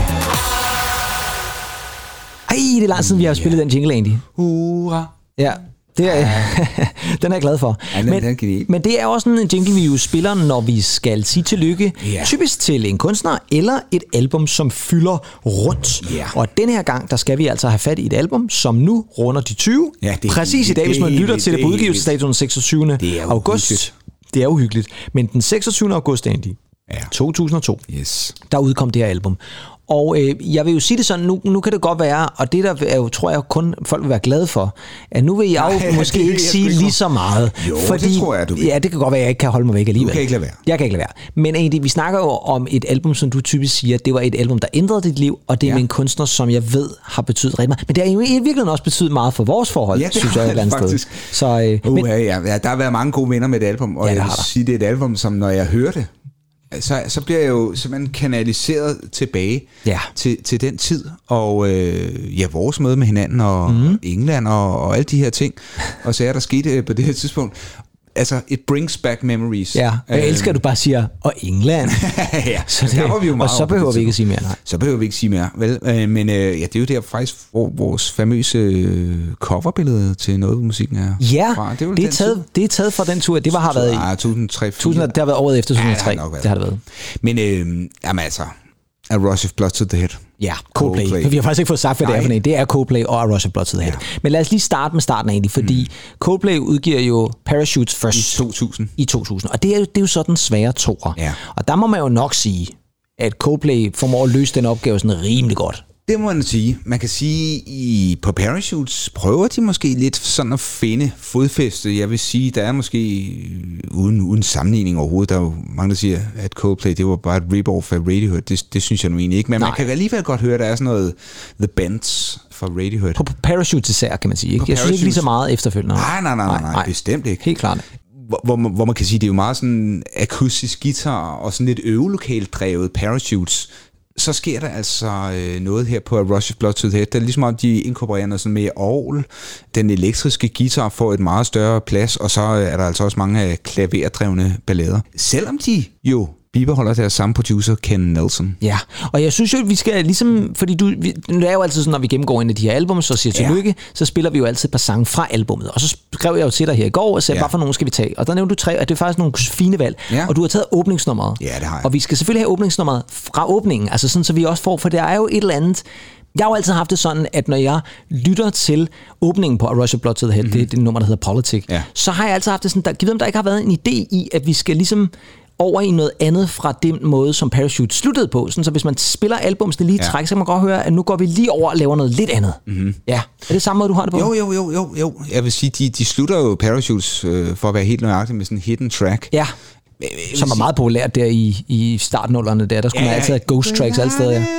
Ej, det er lang siden, vi har spillet den jingle, egentlig. Hurra! Ja, det er, den er jeg glad for. Ja, den, men, den kan men det er også sådan en jingle, vi jo spiller, når vi skal sige tillykke. Yeah. Typisk til en kunstner eller et album, som fylder rundt. Yeah. Og denne her gang, der skal vi altså have fat i et album, som nu runder de tyve. Ja, det er Præcis helt, i dag, hvis man lytter til det på udgivelsesdatoen den seksogtyvende august. Det er uhyggeligt. Men den seksogtyvende august, Andy, ja. to tusind og to, yes. der udkom det her album. Og øh, jeg vil jo sige det sådan, nu, nu kan det godt være, og det der er jo, tror jeg kun folk vil være glade for, at nu vil jeg jo Nej, måske ikke sige ikke lige så meget. Jo, fordi, det tror jeg, du vil. Ja, det kan godt være, at jeg ikke kan holde mig væk alligevel. Du kan ikke lade være. Jeg kan ikke lade være. Men egentlig, vi snakker jo om et album, som du typisk siger, det var et album, der ændrede dit liv, og det er ja. med en kunstner, som jeg ved har betydet rigtig meget. Men det har jo i virkeligheden også betydet meget for vores forhold, ja, det synes jeg et eller andet faktisk. sted. Så, øh, uh, men, ja, ja, der har været mange gode venner med det album, og ja, jeg vil sige, det er et album, som når jeg hører det, Så, så bliver jeg jo simpelthen kanaliseret tilbage ja. til, til den tid, og øh, ja, vores møde med hinanden, og mm. England, og, og alle de her ting, og så er der sket på det her tidspunkt. Altså, it brings back memories. Ja, og jeg elsker, at du bare siger, og England. ja, så det, der var vi jo meget og så behøver vi ikke at sige mere, nej. Så behøver vi ikke sige mere, vel? Øh, men øh, ja, det er jo der faktisk, hvor vores famøse øh, coverbillede til noget musikken er ja, fra. Det er, det er, taget, det er taget fra den tur. Det var, har været i... Ja, to tusind og tre. tusind, det har været året efter to tusind og tre. Ja, det, det har det været. Men, øh, jamen altså... A Rush of Blood to the Head. Ja, Coldplay. Coldplay. For vi har faktisk ikke fået sagt, hvad Nej. det er for en. Det er Coldplay og A Rush of Blood to the Head. Ja. Men lad os lige starte med starten egentlig, fordi mm. Coldplay udgiver jo Parachutes først i to tusind. I to tusind. Og det er jo, det er jo sådan svære toer. Ja. Og der må man jo nok sige, at Coldplay formår at løse den opgave sådan rimelig godt. Det må man sige. Man kan sige, i på Parachutes prøver de måske lidt sådan at finde fodfæste. Jeg vil sige, der er måske uden, uden sammenligning overhovedet. Der er jo mange, der siger, at Coldplay, det var bare et rip-off af Radiohead. Det, det synes jeg nu egentlig ikke. Men Nej. man kan alligevel godt høre, at der er sådan noget The Bends fra Radiohead. På, på Parachutes især, kan man sige. Ikke? Jeg synes ikke lige så meget efterfølgende. Nej, nej, nej, nej, nej, nej. Bestemt ikke. Helt klart. Hvor, hvor, man, hvor man kan sige, det er jo meget sådan akustisk guitar og sådan lidt øvelokalt drevet Parachutes. Så sker der altså øh, noget her på A Rush of Blood to the Head. Det er ligesom om, de inkorporerer noget sådan mere orgel. Den elektriske guitar får et meget større plads, og så er der altså også mange af klaverdrevne ballader. Selvom de jo bibeholder deres samme producer, Ken Nelson. Ja, og jeg synes jo, at vi skal ligesom, fordi du, vi, det er jo altid sådan, når vi gennemgår en af de her album, så siger tillykke, ja. så spiller vi jo altid et par sange fra albummet. Og så skrev jeg jo til dig her i går, og sagde, ja. hvad for nogen skal vi tage? Og der nævnte du tre, og det er faktisk nogle fine valg. Ja. Og du har taget åbningsnummeret. Ja, det har jeg. Og vi skal selvfølgelig have åbningsnummeret fra åbningen, altså sådan, så vi også får, for det er jo et eller andet. Jeg har jo altid haft det sådan, at når jeg lytter til åbningen på A Rush of Blood to the Head, mm-hmm. det er det nummer, der hedder Politic, ja. så har jeg altid haft det sådan, der, givet om der ikke har været en idé i, at vi skal ligesom over i noget andet fra den måde, som Parachute sluttede på. Sådan, så hvis man spiller albumsene lige i ja. træk, så kan man godt høre, at nu går vi lige over og laver noget lidt andet. Mm-hmm. Ja. Er det samme måde, du har det på? Jo, jo, jo, jo. jo. Jeg vil sige, de, de slutter jo Parachutes, øh, for at være helt nøjagtig, med sådan en hidden track. Ja, som var meget populært der i, i startnullerne der. Der skulle ja, man altid have ghost tracks alle steder. Ja.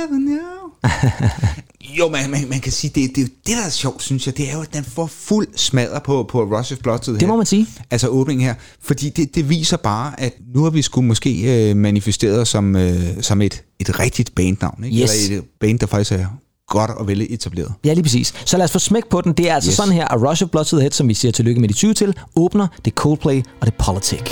Jo, man, man, man kan sige, det, det, det der er sjovt, synes jeg, det er jo, at den får fuld smadre på, på Rush of Blood to the Head. Det må man sige. Altså åbningen her. Fordi det, det viser bare, at nu har vi sgu måske øh, manifesteret som, øh, som et, et rigtigt bandnavn. Ikke? Yes. Eller et band, der faktisk er godt og vel etableret. Ja, lige præcis. Så lad os få smæk på den. Det er altså yes. sådan her, A Rush of Blood to the Head, som vi siger tillykke med de tyve til, åbner, det er Coldplay og det er Politic.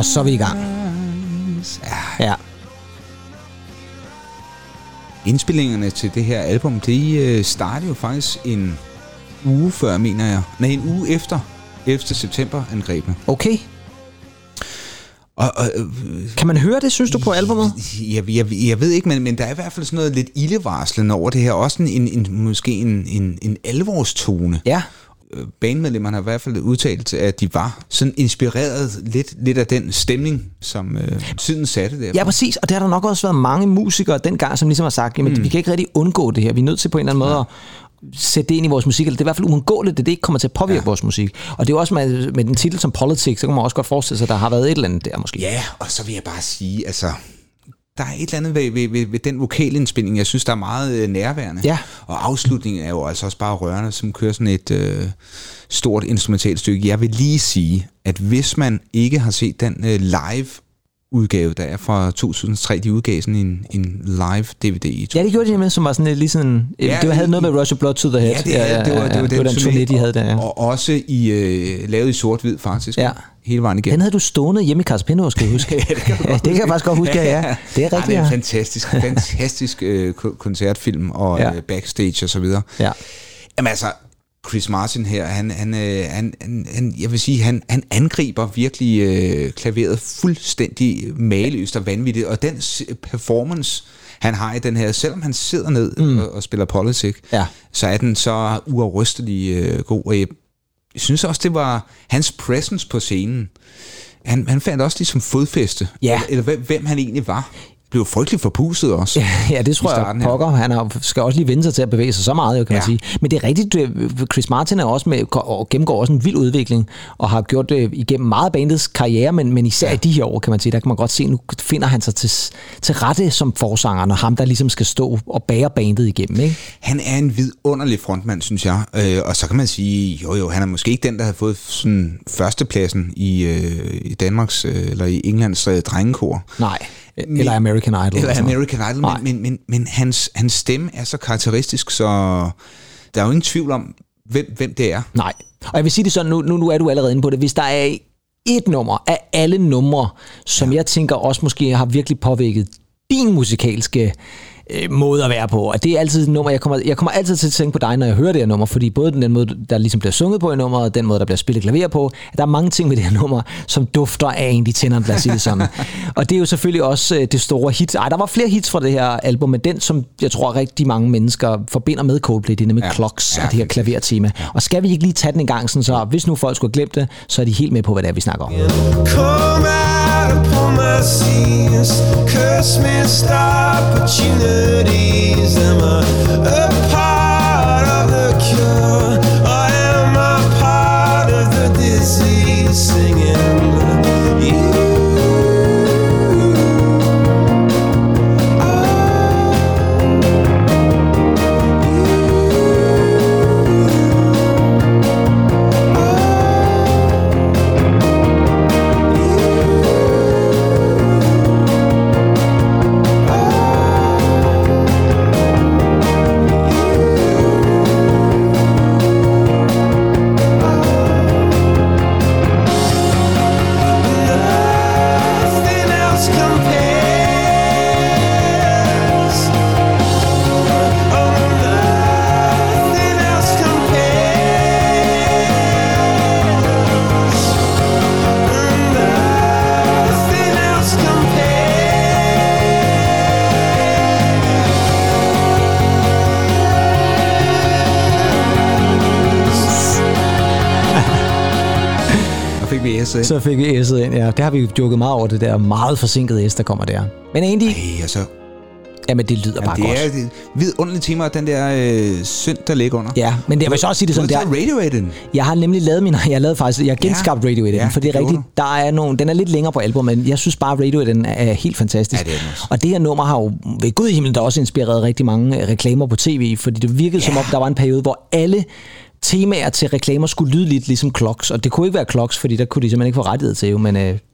Og så er vi i gang. Ja. Ja. Indspillingerne til det her album, de øh, startede jo faktisk en uge før, mener jeg. Nej, en uge efter ellevte september angrebene. Okay. Og, og, øh, kan man høre det, synes du, på albumet? Jeg, jeg, jeg ved ikke, men, men der er i hvert fald sådan noget lidt ildevarslende over det her. Også en, en, måske en, en, en alvorstone. Ja. Bandmedlemmerne har i hvert fald udtalt, at de var sådan inspireret lidt, lidt af den stemning, som øh, tiden satte der. Ja, præcis. Og der har der nok også været mange musikere dengang, som ligesom har sagt, jamen mm. vi kan ikke rigtig undgå det her. Vi er nødt til på en eller anden måde ja. at sætte det ind i vores musik, eller det er i hvert fald uundgåeligt, at det ikke kommer til at påvirke ja. vores musik. Og det er også med, med den titel som Politics, så kan man også godt forestille sig, at der har været et eller andet der måske. Ja, og så vil jeg bare sige, altså, der er et eller andet ved, ved, ved, ved den vokalindspilning, jeg synes, der er meget øh, nærværende. Ja. Og afslutningen er jo altså også bare rørende, som kører sådan et øh, stort instrumentalt stykke. Jeg vil lige sige, at hvis man ikke har set den øh, live udgave, der er fra to tusind og tre, de udgav sådan en, en live D V D i. Ja, det gjorde de med, som var sådan lidt ligesom, ja, det havde noget med Rush of Blood to the Head. Ja, det, ja, ja, det, var, det, var, det var den turné, de havde der. Ja. Og også i, øh, lavet i sort-hvid, faktisk. Ja. Hele vejen igennem. Den havde du stående hjemme i Carspino, skal jeg huske. ja, det kan, ja, det kan jeg faktisk godt huske, ja. ja. Det er rigtigt, ja. Det er en fantastisk, fantastisk øh, koncertfilm og ja. øh, backstage og så videre. Ja. Jamen altså, Chris Martin her, han, han, øh, han, han, jeg vil sige, han, han angriber virkelig øh, klaveret fuldstændig maløst og vanvittigt, og den performance, han har i den her, selvom han sidder ned mm. og, og spiller Politics, ja. så er den så uafrystelig øh, god, og jeg, jeg synes også, det var hans presence på scenen. Han, han fandt også ligesom fodfæste, ja. eller, eller hvem, hvem han egentlig var. Blev frygteligt forpustet også. Ja, ja, det tror jeg, pokker. Han har, skal også lige vende sig til at bevæge sig så meget, jo, kan ja. man sige. Men det er rigtigt, Chris Martin er også med, og gennemgår også en vild udvikling, og har gjort det igennem meget bandets karriere, men, men især ja. i de her år, kan man sige, der kan man godt se, nu finder han sig til, til rette som forsanger, og ham, der ligesom skal stå og bære bandet igennem, ikke? Han er en vidunderlig frontmand, synes jeg. Øh, og så kan man sige, jo jo, han er måske ikke den, der har fået sådan førstepladsen i, øh, i Danmarks, øh, eller i Englands øh, drengekor. Nej. Eller American Idol. Eller American Idol, men, men, men, men hans, hans stemme er så karakteristisk, så der er jo ingen tvivl om, hvem, hvem det er. Nej, og jeg vil sige det sådan, nu, nu, nu er du allerede inde på det, hvis der er et nummer af alle numre, som ja. jeg tænker også måske har virkelig påvirket din musikalske øh, måde at være på, og det er altid et nummer, jeg kommer, jeg kommer altid til at tænke på dig, når jeg hører det her nummer, fordi både den måde, der ligesom bliver sunget på i nummeret, og den måde, der bliver spillet klaver på, at der er mange ting med det her nummer, som dufter af en, de tænder, lad os sige det sådan. Og det er jo selvfølgelig også øh, det store hit. Ej, der var flere hits fra det her album, men den, som jeg tror rigtig mange mennesker forbinder med Coldplay, det er nemlig ja. Clocks ja, og det her klavertema. Ja. Og skal vi ikke lige tage den en gang, sådan, så hvis nu folk skulle have glemt det, så er de helt med på, hvad det er, vi snakker om. Come out upon my seas, curse me, stop opportunities. Am I a part of the cure, or am I part of the disease? Singing you. Så fik vi S'et ind, ja. Det har vi jo joket meget over, det der meget forsinkede S, der kommer der. Men egentlig... Ej, altså... Jamen, det lyder Jamen, bare det godt. Det er et vidunderligt tema, den der øh, synd, der ligger under. Ja, men jeg vil så også sige det sådan, der... Radiohead. Jeg har nemlig lavet min... Jeg har lavet faktisk... Jeg har genskabt ja, Radiohead, ja, for det er rigtigt. Der er nogle... Den er lidt længere på albumet, men jeg synes bare, Radiohead er helt fantastisk. Ja, det er og det her nummer har jo ved Gud i himlen, der også inspireret rigtig mange reklamer på tv, fordi det virkede ja. som om, der var en periode, hvor alle temaer til reklamer skulle lyde lidt ligesom Clocks, og det kunne ikke være Clocks, fordi der kunne de simpelthen ikke få rettighed til, men øh,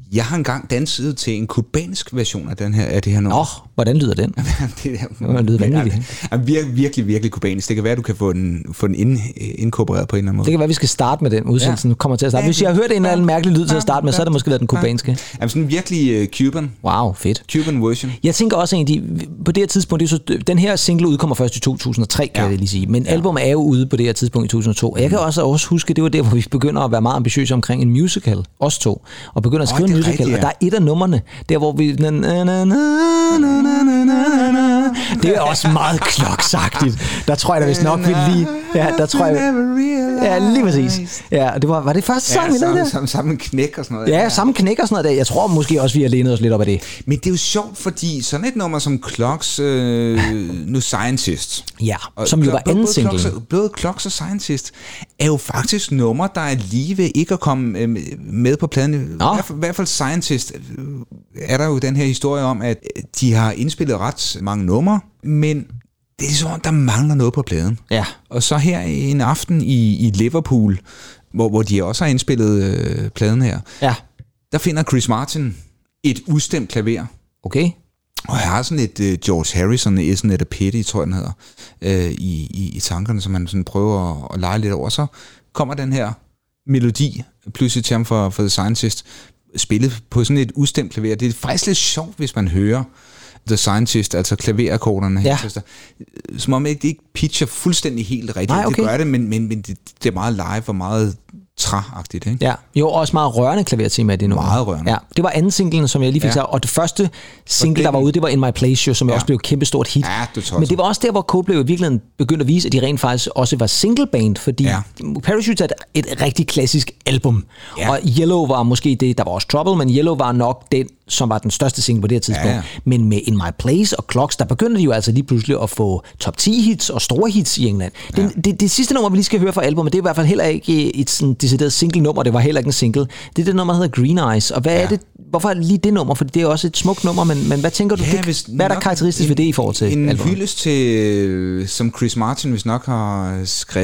Jeg har engang danset til en kubansk version af, den her, af det her nummer. Åh, oh, hvordan lyder den? det Det lyder vanvittigt. er virkelig, virkelig, virkelig kubansk. Det kan være, at du kan få den, få den ind, inkorporeret på en eller anden måde. Det kan være, vi skal starte med den udsendelse. Ja. Kommer til at starte. Hvis jeg har hørt en eller anden mærkelig lyd til at starte med, så er det måske været den kubanske. Jamen sådan virkelig uh, Cuban. Wow, fedt. Cuban version. Jeg tænker også egentlig, på det her tidspunkt, det er så, den her single udkommer først i to tusind og tre, kan Ja. jeg lige sige. Men Ja. albumet er jo ude på det her tidspunkt i to tusind og to. Og jeg kan også, også huske, det var der, hvor vi begynder at være meget ambitiøse omkring en musical, os to, og begynder at skrive Åh, en det er musical. rigtigt, ja. Og der er et af numrene, der hvor vi... Na, na, na, na, na, na, na, na, na. Det er også meget kloksagtigt. Der tror jeg da, hvis nok vi lige... Ja, der tror jeg... Ja, lige præcis. Ja, det var, var det første sang, vi Ja, lavede sammen, der? sammen, sammen knæk og sådan noget. Ja, samme knæk og sådan noget der. Jeg tror måske også, vi har lænet os lidt op af det. Men det er jo sjovt, fordi sådan et nummer som Clocks, øh, nu Scientist, Ja, og som jo var både- anden både single. Clocks og- Både Clocks og Scientist er jo faktisk numre, der er lige ved ikke at komme øh, med på pladen. I hvert fald- I hvert fald Scientist øh, er der jo den her historie om, at de har indspillet ret mange numre, men det er som om, der mangler noget på pladen. Ja. Og så her en aften i, i Liverpool, hvor, hvor de også har indspillet øh, pladen her, Ja, der finder Chris Martin et udstemt klaver. okay. Og jeg har sådan et uh, George Harrison, Isn't It a Pity, tror jeg den hedder, uh, i, i, i tankerne, som man sådan prøver at, at lege lidt over. Så kommer den her melodi, pludselig til ham for, for The Scientist, spillet på sådan et udstemt klaver. Det er faktisk lidt sjovt, hvis man hører The Scientist, altså klaverakkorderne. Ja. Her, som om det ikke pitcher fuldstændig helt rigtigt. Nej, okay. Det gør det, men, men, men det, det er meget live og meget træagtigt, ikke? Ja, jo også meget rørende klavertema det nummer. Meget rørende. Ja, det var anden singlen, som jeg lige fik Ja. sagt, og det første single, den- der var ude, det var In My Place, jo, som ja. Ja. også blev et kæmpestort hit. Ja, du tosser. Men det var også der, hvor Coldplay i virkeligheden begyndte at vise, at de rent faktisk også var single band, fordi ja. Ja. Parachutes er et, et rigtig klassisk album. Ja. Og Yellow var måske det, der var også Trouble, men Yellow var nok den, som var den største single på det her tidspunkt. Ja, ja. Men med In My Place og Clocks, der begyndte de jo altså lige pludselig at få top ti hits og store hits i England. Den, ja. det, det sidste nummer, vi lige skal høre fra albumet, det er i hvert fald heller ikke et sådan decideret single nummer, det var heller ikke en single. Det er det nummer, der hedder Green Eyes. Og hvad ja. er det, hvorfor er det lige det nummer? For det er også et smukt nummer, men, men hvad tænker du, Ja, det, hvis hvad er der nok karakteristisk en, ved det i forhold til en albumet? hyldest til, som Chris Martin hvis nok har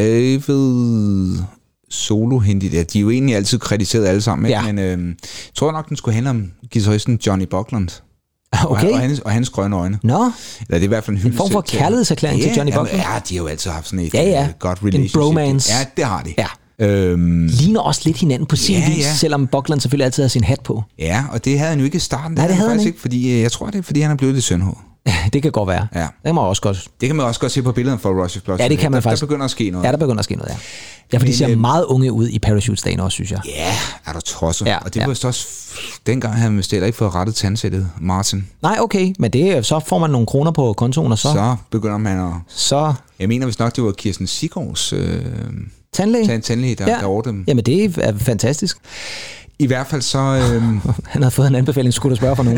skrevet solo hindi. Ja, de er jo egentlig altid krediteret alle sammen, ikke? Ja. Men øh, jeg tror nok, den skulle handle om guitaristen Johnny Buckland. Okay. Og, og, hans, og hans grønne øjne. Nå, Eller det er i hvert fald en hyldest form for til- kærlighedserklæring ja, til Johnny jamen, Buckland. Ja, de har jo altid haft sådan et Ja, ja. øh, godt En relationship. bromance. Ja, det har de. Ja. Øhm, ligner også lidt hinanden på sin Ja, vis, ja. selvom Buckland selvfølgelig altid har sin hat på. ja, og det havde han jo ikke i starten. Nej, det havde han faktisk ikke. ikke. Fordi, øh, jeg tror, det er, fordi han er blevet lidt sønderhoved. Det kan godt være. Ja. Det må også godt. Det kan man også godt se på billederne fra Rush of Blood. Ja, det kan man der, faktisk. Der begynder at ske noget. Ja, der begynder at ske noget, ja. Ja, for de Men, ser øh, meget unge ud i Parachutes-dagen også, synes jeg. Ja, er du tosset. Ja, og det ja. var vist også... Dengang havde han vist heller ikke fået rettet tandsættet, Martin. Nej, okay, men det, så får man nogle kroner på kontoen, og så... Så, så begynder man at... Så Jeg mener vist nok, det var Kirsten Sigårds øh, tandlæge. tand, tandlæge, der, Ja. ja. der ordnede dem. Jamen, det er fantastisk. I hvert fald så... Øh, Han havde fået en anbefaling, skulle du spørge for nogen.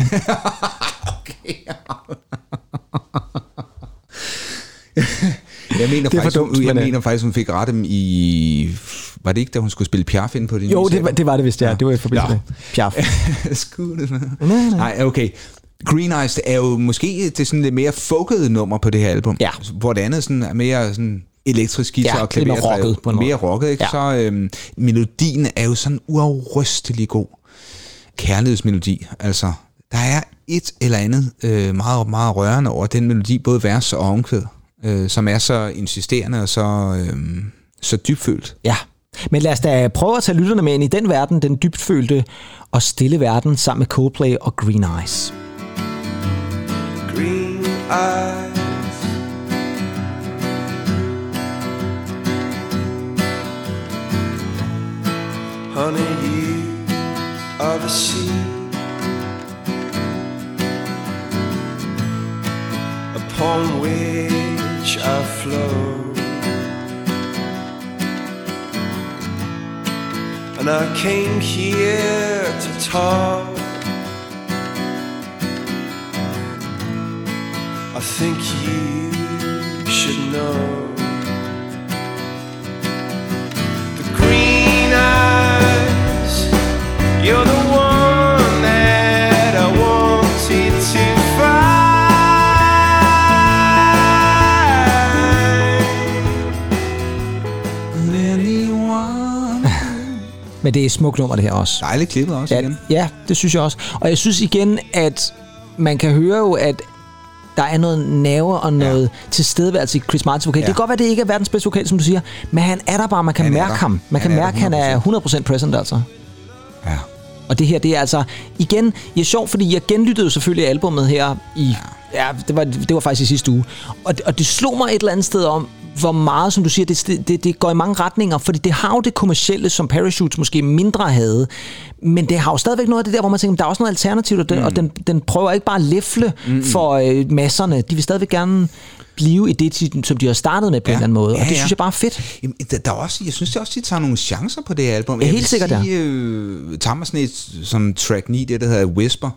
jeg mener, Det er for faktisk, dumt, hun, jeg men, øh. mener faktisk, hun fik rettet dem i... Var det ikke, da hun skulle spille Piaf ind på det? Jo, det, var- det var det vist, ja. Det var i forbindelse Ja. med Piaf. Skuddet. Nej, nej. Nej, okay. Green Eyes er jo måske det sådan lidt mere folkede nummer på det her album. Ja. Hvor det andet sådan er mere sådan elektrisk guitar Ja, og lidt mere klaver. rocket på en måde. Mere rocket, ikke? Ja. Så øhm, melodien er jo sådan uafrystelig god. Kærlighedsmelodi. Altså, der er et eller andet øh, meget, meget rørende over den melodi, både vers og omkvæd, øh, som er så insisterende og så, øh, så dybfølt. Ja, men lad os da prøve at tage lytterne med ind i den verden, den dybtfølte og stille verden, sammen med Coldplay og Green Eyes. Green eyes, honey, you are the sea upon which I flow, and I came here to talk. I think you should know the green eyes. You're the one that I wanted to find. Anyone Men det er et smukt nummer, det her også. Dejligt klippet også Ja, igen. ja, det synes jeg også. Og jeg synes igen, at man kan høre jo, at der er noget nerve og noget ja. tilstedeværelse i Chris Martins vokal. Ja. Det kan godt være, det ikke er verdens bedste vokal, som du siger, men han er der bare, man kan Han er mærke der. ham. Man Han kan er mærke, der han er hundrede procent present, altså. Ja. Og det her, det er altså, igen, jeg er sjovt, fordi jeg genlyttede jo selvfølgelig albumet her i, ja, det var, det var faktisk i sidste uge. Og, og det slog mig et eller andet sted om, hvor meget, som du siger, det, det, det går i mange retninger, fordi det har jo det kommercielle, som Parachutes måske mindre havde, men det har jo stadigvæk noget af det der, hvor man tænker, der er også noget alternativt, og den, mm. og den, den prøver ikke bare at læfle mm. for øh, masserne. De vil stadigvæk gerne blive i det, som de har startet med på ja. en eller anden måde, og ja, det ja. synes jeg bare er fedt. Jamen, der, der er også, jeg synes det også, de tager nogle chancer på det her album. Ja, jeg helt sikkert, sige, øh, tager mig sådan et, som track ni, det der hedder Whisper.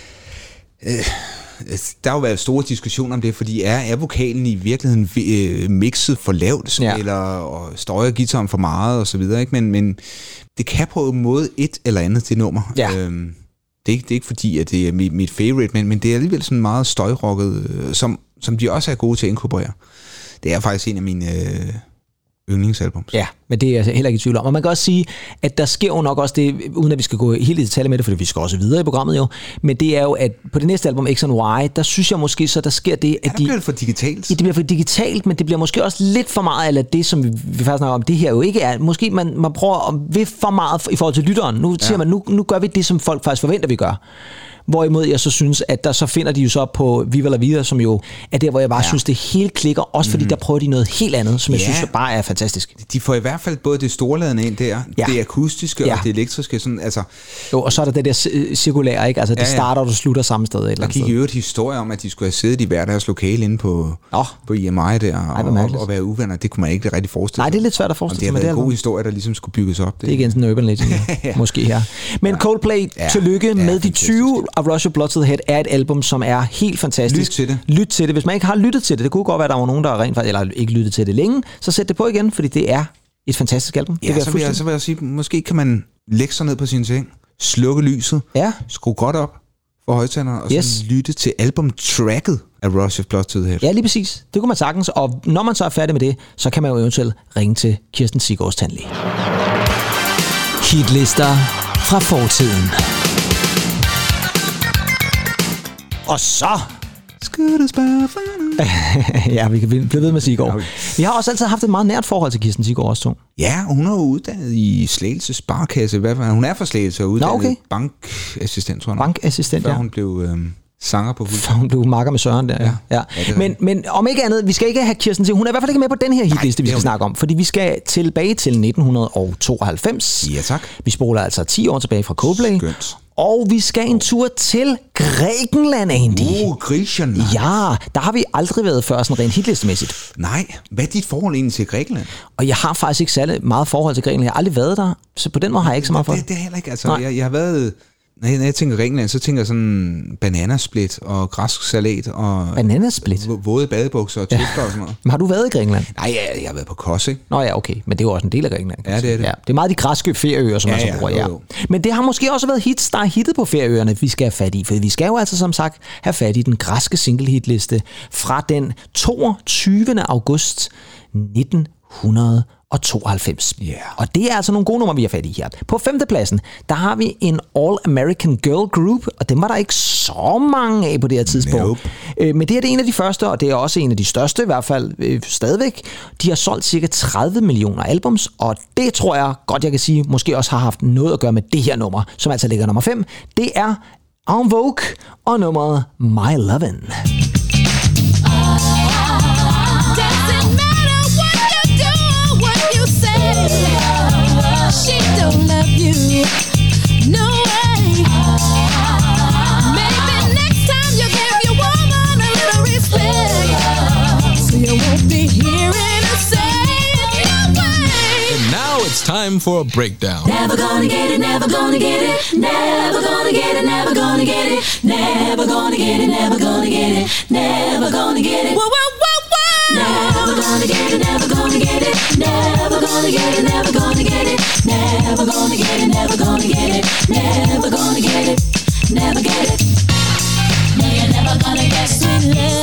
Øh, der har jo været store diskussioner om det, fordi er, er vokalen i virkeligheden øh, mixet for lavt, ja. eller og støjer guitaren for meget, og så videre, ikke? Men, men det kan på en måde et eller andet, det nummer. Ja. Øhm, det, er ikke, det er ikke fordi, at det er mit, mit favorite, men, men det er alligevel sådan meget støjrocket, øh, som, som de også er gode til at inkorporere. Det er faktisk en af mine øh, yndlingsalbums. Ja, men det er jeg heller ikke i tvivl om. Og man kan også sige, at der sker jo nok også det, uden at vi skal gå helt i detaljer med det, for vi skal også videre i programmet jo, men det er jo, at på det næste album, X and Y, der synes jeg måske så, der sker det, at ja, der de... bliver det for digitalt. Ja, det bliver for digitalt, men det bliver måske også lidt for meget af det, som vi, vi faktisk snakker om, det her jo ikke er. Måske man, man prøver at ved for meget i forhold til lytteren. Nu ja. siger man, nu, nu gør vi det, som folk faktisk forventer, vi gør. Hvorimod jeg så synes, at der så finder de jo så på Viva La Vida, som jo er der, hvor jeg bare ja. synes, det hele klikker. Også fordi mm. der prøver de noget helt andet, som jeg ja. synes bare er fantastisk. De får i hvert fald både det storladende ind der, ja. det akustiske ja. og det elektriske. Sådan, altså, jo, og så er der det der cirkulære, ikke? Altså det ja, ja. starter og du slutter samme sted. Et eller der gik i øvrigt historie om, at de skulle have siddet i hver deres lokale inde på, oh. på I M I der, og, Ej, og, og være uvenner. Det kunne man ikke rigtig forestille Nej, det er lidt svært at forestille sig. Det har været en god historie, der ligesom skulle bygges op. Det, det er igen sådan en urban legend, ja. måske her. Men ja. Coldplay, ja. tillykke ja, med de tyve af Rush of Blood to the Head, er et album, som er helt fantastisk. Lyt til det. Lyt til det. Hvis man ikke har lyttet til det, det kunne godt være, at der var nogen, der rent faktisk, eller ikke lyttet til det længe, så sæt det på igen, fordi det er et fantastisk album. Ja, det så, vil jeg, så vil jeg sige, måske kan man lægge sig ned på sin seng, slukke lyset, ja. skrue godt op for højtalerne, og yes. så lytte til albumtracket af Rush of Blood to the Head. Ja, lige præcis. Det kunne man sagtens, og når man så er færdig med det, så kan man jo eventuelt ringe til Kirsten Siggaards Tandlæge. Hitlister fra fortiden. Og så... ja, vi kan blive ved med Siggaard. Okay. Vi har også altid haft et meget nært forhold til Kirsten Siggaard også to. Ja, hun er uddannet i Slagelse Sparekasse. Hun er fra Slagelse og uddannet okay. bankassistent, tror jeg. Bankassistent, før ja. hun blev øhm, sanger på Fuld. Før hun blev makker med Søren der, ja. ja. ja men, men om ikke andet, vi skal ikke have Kirsten til. Hun er i hvert fald ikke med på den her hitliste, vi skal snakke om. Fordi vi skal tilbage til nitten tooghalvfems. Ja, tak. Vi spoler altså ti år tilbage fra Coldplay. Skønt. Og vi skal en tur til Grækenland, Andy. Uh, Grækenland. Ja, der har vi aldrig været før sådan rent hitlistemæssigt. Nej, hvad er dit forhold egentlig til Grækenland? Og jeg har faktisk ikke særlig meget forhold til Grækenland. Jeg har aldrig været der, så på den måde har jeg ikke så meget forhold. Det, det er heller ikke, altså jeg, jeg har været... Når jeg, når jeg tænker Grækenland, så tænker jeg sådan bananasplit og græsk salat og... Bananasplit? Våde badebukser og tøfter ja. og sådan noget. Men har du været i Grækenland? Nej, jeg, jeg har været på Kos, ikke? Nå ja, okay. Men det er jo også en del af Grækenland. Ja, det er det. Ja, det er meget de græske ferieøer, som ja, man så bruger, ja. Jo, jo. Men det har måske også været hits, der er hittet på ferieøerne, vi skal have fat i. For vi skal jo altså som sagt have fat i den græske single-hitliste fra den toogtyvende august nitten tooghalvfems. Yeah. Og det er altså nogle gode numre, vi har fat i her. På femtepladsen, der har vi en All-American Girl Group, og dem var der ikke så mange af på det her tidspunkt. Nope. Øh, men det er det en af de første, og det er også en af de største, i hvert fald øh, stadigvæk. De har solgt cirka tredive millioner albums, og det tror jeg godt, jeg kan sige, måske også har haft noget at gøre med det her nummer, som altså ligger nummer fem. Det er En Vogue og nummeret My Lovin'. She don't love you, no way. Maybe next time you give your woman a little respect, so you won't be hearing her say it no way. And now it's time for a breakdown. Never gonna get it, never gonna get it, never gonna get it, never gonna get it, never gonna get it, never gonna get it, never gonna get it. Whoa, whoa, whoa, whoa. Never gonna get it, never gonna get it, never gonna get it, never gonna get it, never gonna get it, never gonna get it, never gonna get it, never get it. No, you're never gonna get sweet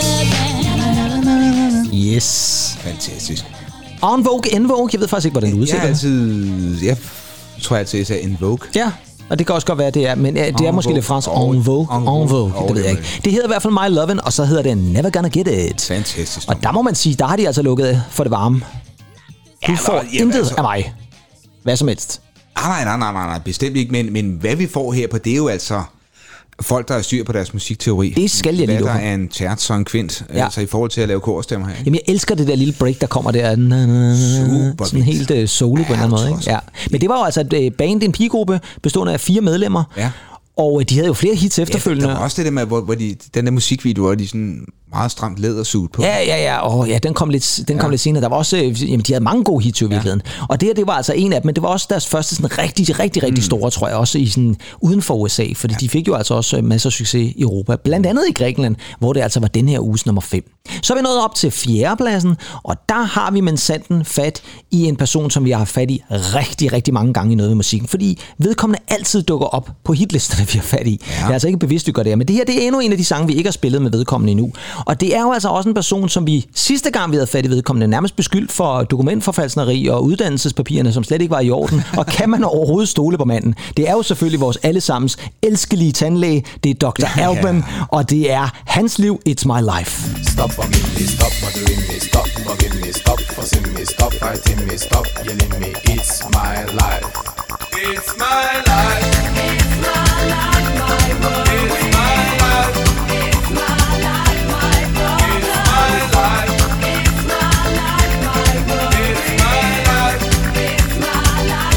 love. Yes. Fantastisk. En Vogue, En Vogue, jeg ved faktisk ikke, hvordan det udsætter. Jeg har altid... Jeg tror jeg altså, det er en Vogue. Ja, og det kan også godt være, det er, men ja, det er En måske Vogue. lidt fransk. En En Vogue, Vogue. en Vogue, Oh, det ved jeg det ikke. Det hedder i hvert fald My Lovin', og så hedder det Never Gonna Get It. Fantastisk. Og der må man sige, der har de altså lukket for det varme. Du Ja, får nå, jamen, intet altså- af mig. Hvad som helst. Nej, nej, nej, nej, nej, bestemt ikke. Men, men hvad vi får her på, det er jo altså folk, der har styr på deres musikteori. Det skal jeg lige Hvad love der for. er en terz og en kvint, Ja. altså i forhold til at lave korstemmer her. Ikke? Jamen, jeg elsker det der lille break, der kommer der. Super Sådan helt uh, solo på en eller anden måde. Ikke? Ja. Men det var jo altså et uh, band, en pigegruppe, bestående af fire medlemmer. Ja. Og uh, de havde jo flere hits efterfølgende. Ja, der var også det der med, hvor, hvor de, den der musikvideo, hvor de sådan meget stramt lædersuit på. Ja, ja, ja. Oh, ja, den kom lidt, den kom Ja. lidt senere. Der var også, øh, jamen, de havde mange gode hits i virkeligheden. Og det her, det var altså en af dem, men det var også deres første sådan rigtig, rigtig, rigtig mm. store, tror jeg, også i sådan, uden for U S A, fordi ja. de fik jo altså også øh, masser af succes i Europa. Blandt andet i Grækenland, hvor det altså var den her uges nummer fem. Så er vi nået op til fjerdepladsen, og der har vi med sanden fat i en person, som vi har haft fat i rigtig, rigtig mange gange i noget med musikken, fordi vedkommende altid dukker op på hitlisterne, vi har fat i. Ja. Det er altså ikke bevidst, vi gør det her, men det her, det er endnu en af de sange, vi ikke har spillet med vedkommende endnu. Og det er jo altså også en person, som vi sidste gang, vi havde fat i vedkommende, nærmest beskyldt for dokumentforfalskneri og uddannelsespapirerne, som slet ikke var i orden. Og kan man overhovedet stole på manden? Det er jo selvfølgelig vores allesammens elskelige tandlæge. Det er doktor Alban, og det er hans liv, It's My Life. Stop bugging me, stop bothering me, stop bugging me, stop fussing me, stop fighting me, stop yelling me. It's my life. It's my life. It's my life, my world. It's my life. It's my life, my world. It's my life. It's my life, my world. It's my life. It's my life.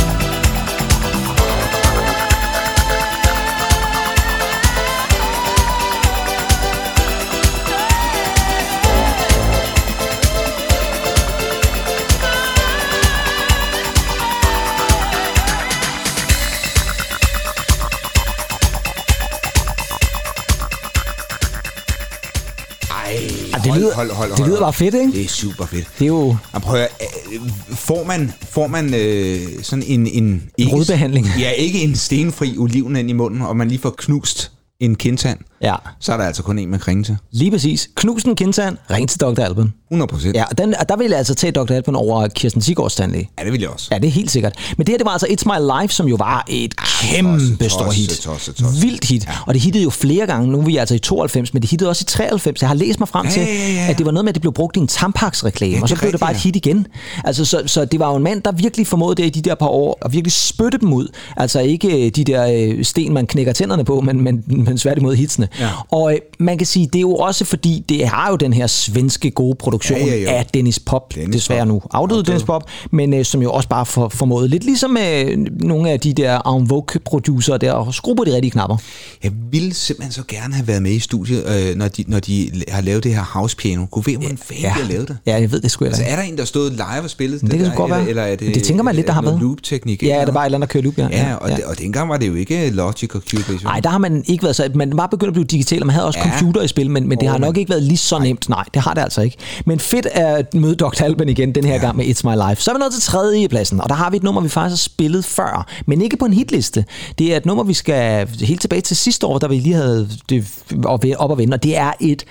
Ah, det lyder, hold, hold, hold, det lyder hold. bare fedt, ikke? Det er super fedt. Det er jo Og prøv at, øh, får man, får man øh, sådan en... en ikke, rodbehandling. Ja, ikke en stenfri oliven ind i munden, og man lige får knust en kindtand, Ja, så er der altså kun en med kringe til. lige præcis. Knusen kindtand, ring til doktor Alban. hundrede procent. Ja, den, der vil jeg altså tage doktor Alban over Kirsten Sigårds tandlæge. Ja, det vil jeg også. Ja, det er helt sikkert. Men det her, det var altså It's My Life, som jo var et kæmpe tosse, stort hit. tosse, tosse. Vildt hit. Ja. Og det hittede jo flere gange. Nu er vi altså i tooghalvfems, men det hittede også i treoghalvfems. Jeg har læst mig frem Ja, til, ja, ja, ja. at det var noget med, at det blev brugt i en Tampax-reklame, Ja, og så det er blev det bare et rigtigt, hit igen. Altså, så, så det var jo en mand, der virkelig formåede det i de der par år, at virkelig spytte dem ud. Altså ikke de der øh, sten, man knækker tænderne på, men, men, men svært imod hitsene. Ja. Og øh, man kan sige, det er jo også fordi, det har jo den her svenske gode produktion Ja, ja, ja. af Dennis Pop, Dennis desværre Pop. nu afdøde Dennis Pop, men øh, som jo også bare for, formåede lidt ligesom øh, nogle af de der En Vogue-producer der, og skru på de rigtige knapper. Jeg ville simpelthen så gerne have været med i studiet, øh, når, de, når de har lavet det her house piano. Kunne vi hvordan fanden de har lavet det? Ja, jeg ved det sgu Altså, ikke. er der en, der stod live og spillede Det kan der, sgu godt eller, være. eller er det, Men det tænker man lidt, der har noget været. loop-teknik? Ja, eller det er noget? bare et eller andet, der kører loop, ja. Ja, og, Det, og dengang var det jo ikke Logic og Cubase. Nej, der har man ikke været så... Man var begyndt at blive digital, og man havde også Ja. computer i spil, men, men det Åh, har nok men- ikke været lige så nemt. Nej, det har det altså ikke. Men fedt at møde doktor Alban igen den her ja. gang med It's My Life. Så er vi nået til tredje pladsen, og der har vi et nummer, vi faktisk har spillet før, men ikke på en hitliste. Det er et nummer, vi skal helt tilbage til sidste år, da vi lige havde det op og vende, og det er et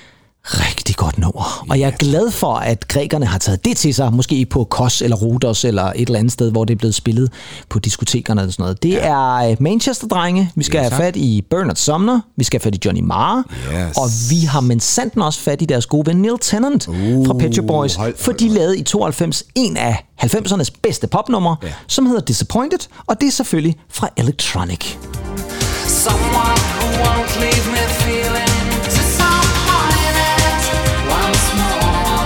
rigtig godt nummer. Og jeg er glad for, at grækerne har taget det til sig, måske på Kos eller Rodos eller et eller andet sted, hvor det er blevet spillet på diskotekerne eller sådan noget. Det ja. er Manchester-drenge. Vi skal Ja, have tak. fat i Bernard Sumner. Vi skal have fat i Johnny Marr. Yes. Og vi har minsandten også fat i deres gode ven Neil Tennant Uh, fra Pet Shop Boys, hold, for hold, de hold. lavede i tooghalvfems en af halvfemsernes bedste popnumre, Ja. som hedder Disappointed, og det er selvfølgelig fra Electronic. Someone who won't leave me feeling disappointed once more.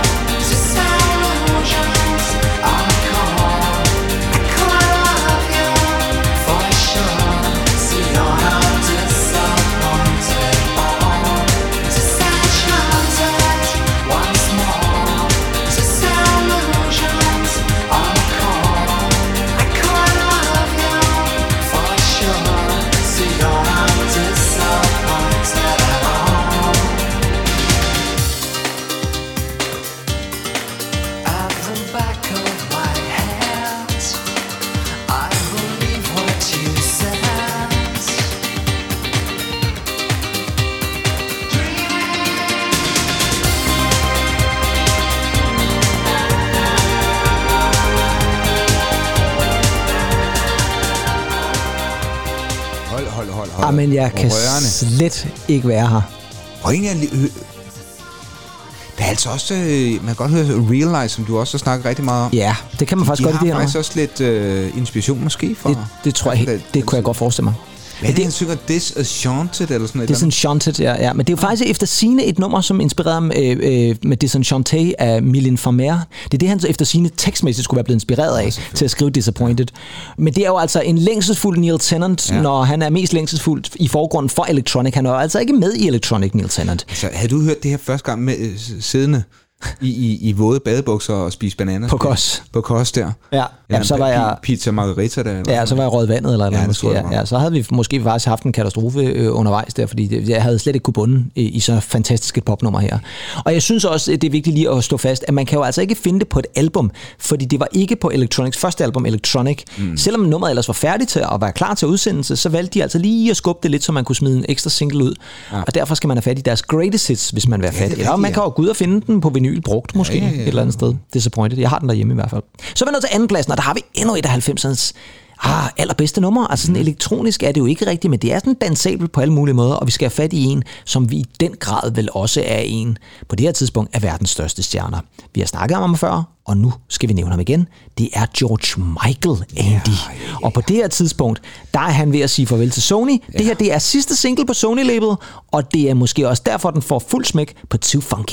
Disillusions are gone. I could love you for sure. So you're not disappointed. Oh, disenchanted once more. Disillusions are gone. I could love you for sure. So you're not disappointed. hold, hold. Ah, men jeg Hvor kan rørende. slet ikke være her. Og egentlig er li- der er altså også, øh, man kan godt høre Realize, som du også har snakket rigtig meget om. Ja, det kan man faktisk De godt i det har her faktisk nummer. også lidt øh, inspiration måske for... Det, det tror jeg helt, Den- det kunne jeg godt forestille mig. Hvad er det, han synger? This is Enchanted, eller sådan noget? Disenchanted, ja, ja. Men det er jo faktisk efter sigende et nummer, som inspirerede ham øh, øh, med Disenchanté af Mylène Farmer. Det er det, han så efter sigende tekstmæssigt skulle være blevet inspireret af til at skrive Disappointed. Men det er jo altså en længselsfuld Neil Tennant, Ja. når han er mest længselsfuld i forgrunden for Electronic. Han er jo altså ikke med i Electronic, Neil Tennant. Altså, havde du hørt det her første gang med øh, siddende i, i, i våde badebukser og spise bananer? På Kos. På Kos der. Ja, ja, så var jeg... Pizza Margarita der. Eller Ja, så var jeg røget vandet eller Ja, noget. det Måske. tror jeg, det Ja, var. ja, så havde vi måske faktisk haft en katastrofe øh, undervejs der, fordi det, jeg havde slet ikke kunne bunde i, i så fantastisk et popnummer her. Og jeg synes også, det er vigtigt lige at stå fast, at man kan jo altså ikke finde det på et album, fordi det var ikke på Electronics første album, Electronic. Mm. Selvom nummeret ellers var færdigt til at være klar til udsendelse, så valgte de altså lige at skubbe det lidt, så man kunne smide en ekstra single ud. Ja. Og derfor skal man have fat i deres greatest hits, hvis man vil have Ja, det fat er i. Eller man rigtigt, kan jo gå ud og finde den på vinyl brugt måske, ja, ja, ja. et eller andet sted. Disappointed. Jeg har den derhjemme i hvert fald. Så er vi nået til andenpladsen, og der har vi endnu et af halvfemsernes ah, allerbedste nummer. Altså sådan elektronisk er det jo ikke rigtigt, men det er sådan dansabelt på alle mulige måder, og vi skal have fat i en, som vi i den grad vel også er en, på det her tidspunkt, af verdens største stjerner. Vi har snakket om ham før, og nu skal vi nævne ham igen. Det er George Michael, Andy. Ja, ja, ja. Og på det her tidspunkt, der er han ved at sige farvel til Sony. Ja. Det her, det er sidste single på Sony-labelet, og det er måske også derfor, den får fuld smæk på Too Funky.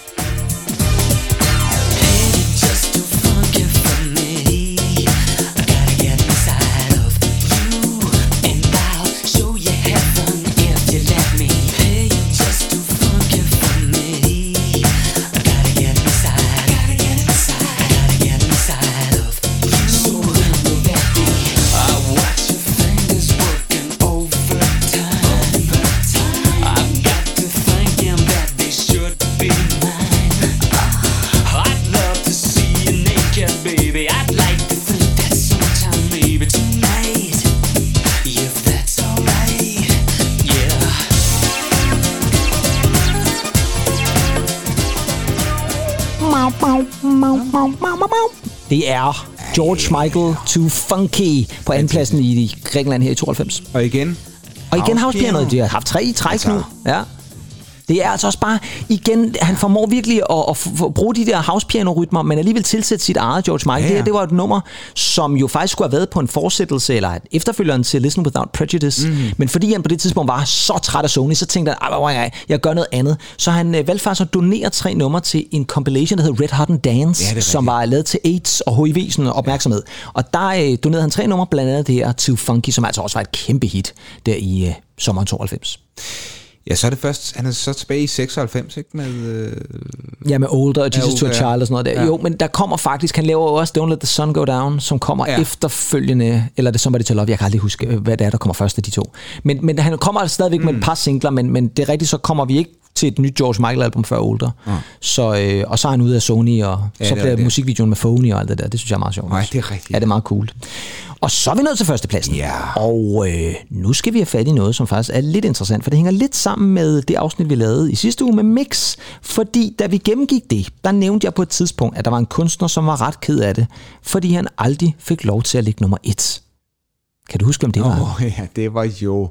Just too funky for me. I gotta get inside of you, and I'll show you heaven if you let me. Hey, just too funky for me. I gotta get inside, gotta get inside, gotta get inside of you. So when will that be? I watch your fingers working overtime. I've got to thank them that they should be mine. I'd love to see you naked, baby. I'd like to think that sometime, maybe tonight, if that's alright. Yeah. Det er George Michael Too Funky på andenpladsen i Grækenland her i tooghalvfems. Og igen. Og igen House House-pianoet, piano. de har haft tre i træk Altså. nu. Ja. Det er altså også bare, igen, han formår virkelig at, at f- f- bruge de der house-piano-rytmer, men alligevel tilsætte sit eget George Michael. Ja, ja. Det, her, det var et nummer, som jo faktisk skulle have været på en fortsættelse, eller et efterfølgeren til Listen Without Prejudice. Mm. Men fordi han på det tidspunkt var så træt af Sony, så tænkte han, ej, ej, jeg gør noget andet. Så han øh, valgte faktisk at donere tre numre til en compilation, der hedder Red Hot and Dance, Ja, som var lavet til AIDS og H I V sådan opmærksomhed. Og der øh, donerede han tre numre, blandt andet det her Too Funky, som altså også var et kæmpe hit der i øh, sommeren tooghalvfems. Ja, så er det først, han er så tilbage i seksoghalvfems, ikke? Med, øh... Ja, med Older og Jesus Ja, to a ja. Child og sådan noget der. Ja. Jo, men der kommer faktisk, han laver jo også Don't Let the Sun Go Down, som kommer Ja. efterfølgende, eller det Somebody to Love, jeg kan aldrig huske, hvad det er, der kommer først af de to. Men, men han kommer stadigvæk mm. med et par singler, men, men det er rigtigt, så kommer vi ikke til et nyt George Michael-album før Older. Ja. Så, øh, og så er han ude af Sony, og Ja, så det er bliver rigtigt. musikvideoen med Phony og alt det der. Det synes jeg er meget sjovt. Nej, også. det er rigtigt. Ja, det er meget cool. Og så er vi nået til førstepladsen. Ja. Og øh, nu skal vi have fat i noget, som faktisk er lidt interessant, for det hænger lidt sammen med det afsnit, vi lavede i sidste uge med Mix. Fordi da vi gennemgik det, der nævnte jeg på et tidspunkt, at der var en kunstner, som var ret ked af det, fordi han aldrig fik lov til at ligge nummer et. Kan du huske, hvem det var? Åh, oh, ja, det var jo...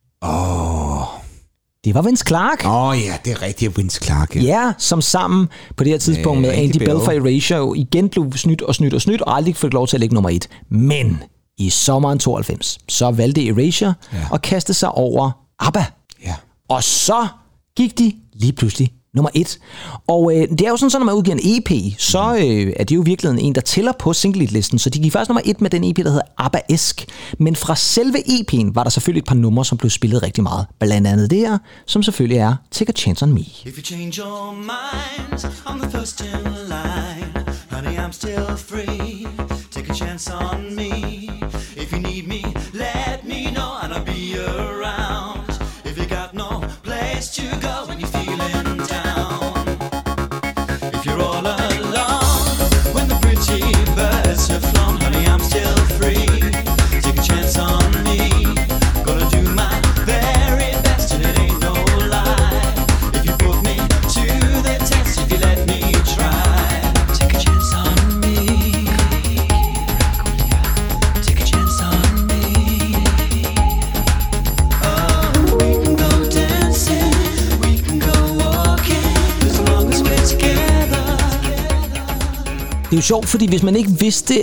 Åh... Oh. Det var Vince Clarke. Åh oh, ja, det er rigtigt, Vince Clarke. Ja. Ja, som sammen på det her tidspunkt Med med Andy Andy Bell Bell. fra Erasure jo igen blev snydt og snydt og snydt, og aldrig fik lov til at ligge nummer et. Men i sommeren tooghalvfems, så valgte Erasure Ja. at kaste sig over ABBA. Ja. Og så gik de lige pludselig nummer et. Og øh, det er jo sådan, så når man udgiver en E P, så øh, er det jo virkelig en, der tæller på single-listen. Så de gik først nummer et med den E P, der hedder ABBA-esk. Men fra selve E P'en var der selvfølgelig et par numre, som blev spillet rigtig meget. Blandt andet det her, som selvfølgelig er Take a Chance on Me. If you change your mind, I'm the first in line. Honey, I'm still free. Take a chance on me. If you need me, let me know and I'll be around. If you got no place to go when you're feeling down. If you're all alone when the pretty birds have flown, honey, I'm still free. Take a chance on me. Gonna do my very best and it ain't no lie. If you put me to the test, if you let me try, take a chance on me. er jo sjovt, fordi hvis man ikke vidste,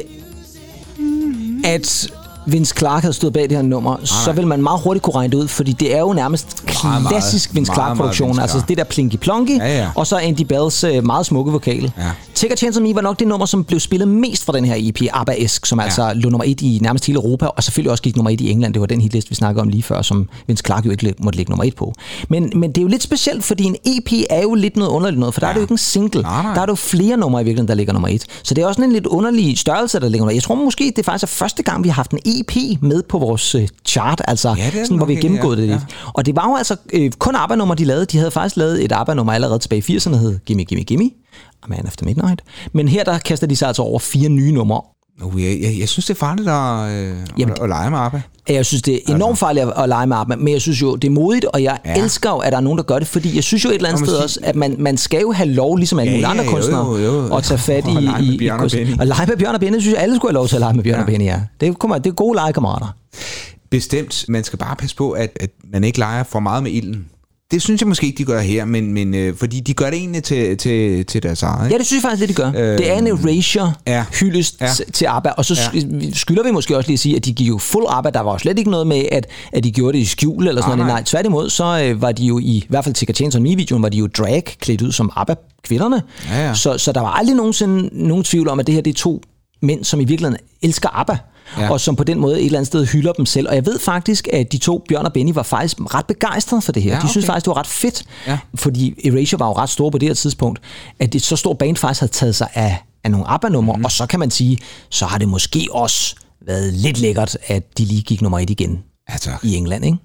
at Vince Clarke havde stået bag det her nummer, nej, så vil man meget hurtigt kunne regne det ud, fordi det er jo nærmest meget, klassisk Vince Clarke-produktion. Altså det der plinky-plonky, ja, ja. og så Andy Bells øh, meget smukke vokal. Ja. Take a Chance on Me var nok det nummer, som blev spillet mest fra den her E P, ABBA-esk, som ja. altså lå nummer et i nærmest hele Europa, og selvfølgelig også gik nummer et i England. Det var den hitliste, vi snakkede om lige før, som Vince Clarke jo ikke måtte lægge nummer et på. Men, men det er jo lidt specielt, fordi en E P er jo lidt noget underligt noget, for der ja. er det jo ikke en single. Nej, nej. Der er det jo flere numre i virkeligheden, der ligger nummer et. Så det er også en lidt underlig størrelse, der ligger nummer et. Jeg tror måske, det faktisk er første gang, vi har haft en E P med på vores øh, chart, altså ja, sådan, hvor vi har gennemgået ja. det lidt. Ja. Og det var jo altså øh, kun ABBA-nummer, de lavede. De havde faktisk lavet et ABBA-nummer allerede tilbage i firserne, der hed Gimme, Gimme, Gimme, A Man After Midnight. Men her, der kaster de sig altså over fire nye numre. Uh, jeg, jeg, jeg synes, det er farligt at, øh, Jamen, at, at lege med ABBA. Jeg synes, det er enormt farligt at, at lege med ABBA, men jeg synes jo, det er modigt, og jeg ja. elsker jo, at der er nogen, der gør det, fordi jeg synes jo et eller andet sted også, at man, man skal jo have lov, ligesom alle mulige ja, andre kunstnere, jo, jo, jo. at tage fat i... Og lege med Bjørn og Benny. Og lege med Bjørn og Benny, synes jeg, alle skulle have lov til at lege med Bjørn ja. og Benny, ja. Det, kommer, det er gode legekammerater. Bestemt. Man skal bare passe på, at, at man ikke leger for meget med ilden. Det synes jeg måske ikke, de gør her, men, men øh, fordi de gør det egentlig til, til, til deres eget. Ja, det synes jeg faktisk, det de gør. Øh, det er en erasure ja. hyldest ja. til ABBA, og så ja. skylder vi måske også lige at sige, at de gik jo fuld ABBA. Der var jo slet ikke noget med, at, at de gjorde det i skjul eller sådan ah, noget. Nej, tværtimod, så øh, var de jo i, i hvert fald Take a Chance on Me-videoen, var de jo drag klædt ud som ABBA-kvinderne. Ja, ja. Så, så der var aldrig nogensinde nogen tvivl om, at det her det er to mænd, som i virkeligheden elsker ABBA. Ja. Og som på den måde et eller andet sted hylder dem selv. Og jeg ved faktisk, at de to, Bjørn og Benny, var faktisk ret begejstrede for det her. Ja, okay. De synes faktisk, det var ret fedt, ja. fordi Erasure var jo ret store på det her tidspunkt, at et så stort band faktisk havde taget sig af, af nogle ABBA-numre, mm. og så kan man sige, så har det måske også været lidt lækkert, at de lige gik nummer et igen ja, i England, ikke?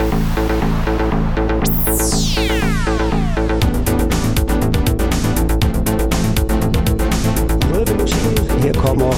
Her kommer...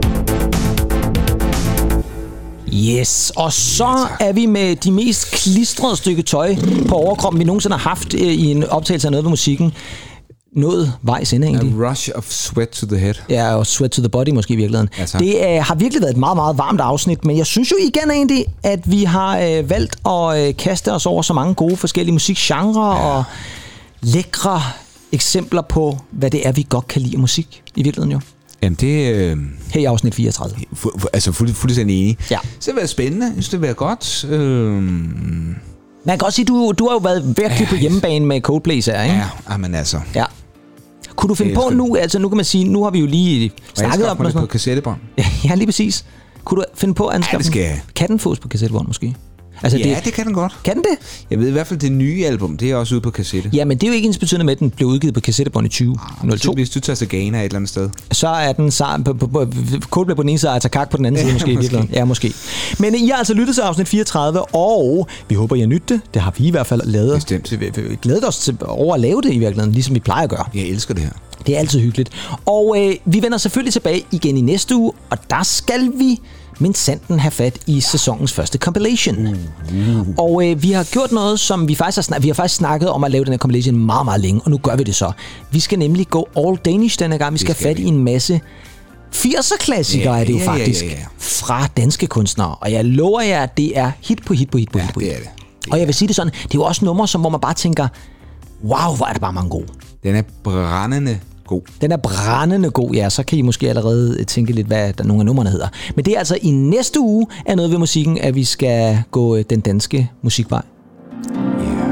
Yes, og så er vi med de mest klistrede stykke tøj på overkroppen, vi nogensinde har haft i en optagelse af noget ved musikken. Noget vejs inde, egentlig. A rush of sweat to the head. Ja, og sweat to the body måske i virkeligheden. Ja, det uh, har virkelig været et meget, meget varmt afsnit, men jeg synes jo igen egentlig, at vi har uh, valgt at uh, kaste os over så mange gode forskellige musikgenrer ja. og lækre eksempler på, hvad det er, vi godt kan lide af musik i virkeligheden jo. Jamen det... Øh, her i afsnit fireogtredive. Fu- fu- altså fuld, fuldstændig enig. Ja. Så det har været spændende. Jeg synes, det har været godt. Øh, Man kan også sige, du, du har jo været virkelig ja, på hjemmebane med Coldplay, så ikke? Ja, men altså... Ja. Kunne du finde på nu, altså nu kan man sige, nu har vi jo lige snakket om det på kassettebånd. Ja, lige præcis. Kunne du finde på at anskaffe ja, Kan den fås på kassettebånd måske? Altså, ja, det, det kan den godt. Kan den det? Jeg ved i hvert fald, det nye album, det er også ude på kassette. Ja, men det er jo ikke ensbetydende med, at den blev udgivet på kassettebånd i tyve nul to. Hvis du tager til Ghana et eller andet sted. Så er den Coldplay på den ene side, og Atakak på den anden side, måske. måske. Ja, måske. Men I har altså lyttet til afsnit fireogtredive, og vi håber, I har nydt det. Det har vi i hvert fald lavet. Bestemt. Vi, vi glæder os til over at lave det i virkeligheden, ligesom vi plejer at gøre. Jeg elsker det her. Det er altid hyggeligt. Og øh, vi vender selvfølgelig tilbage igen i næste uge, og der skal vi men sanden have fat i sæsonens første compilation. Uh, uh. Og øh, vi har gjort noget, som vi faktisk har, snak- vi har faktisk snakket om at lave den her compilation meget, meget længe, og nu gør vi det så. Vi skal nemlig gå all Danish denne gang. Vi skal have fat i en masse firser-klassikere, ja, er det jo ja, faktisk, ja, ja, ja. fra danske kunstnere. Og jeg lover jer, at det er hit på hit på hit på ja, hit på hit. Det er det. Det og jeg vil sige det sådan, det er jo også numre, som, hvor man bare tænker, wow, hvor er det bare mange gode. Den er brændende god. Den er brændende god, ja. Så kan I måske allerede tænke lidt, hvad der nogle af numrene hedder. Men det er altså i næste uge er noget ved musikken, at vi skal gå den danske musikvej. Yeah.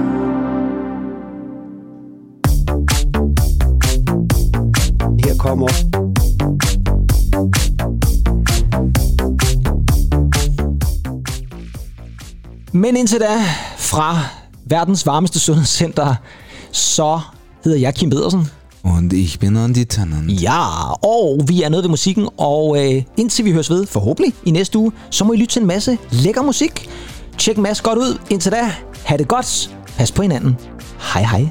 Her kommer Men indtil da, fra verdens varmeste sundhedscenter, så hedder jeg Kim Pedersen. Und ich bin Andi Tennant. Ja, og vi er noget ved musikken, og øh, indtil vi høres ved, forhåbentlig i næste uge, så må I lytte til en masse lækker musik. Tjek en masse godt ud. Indtil da, ha' det godt. Pas på hinanden. Hej hej.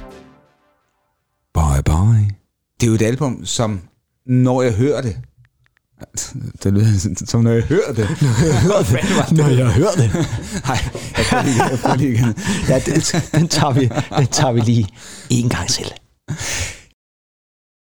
Bye bye. Det er jo et album, som når jeg hører det, det lyder som når jeg hører det. Når jeg hører det. Nej, jeg får lige, jeg får lige igen. Ja, det, den, tager vi, den tager vi lige en gang til.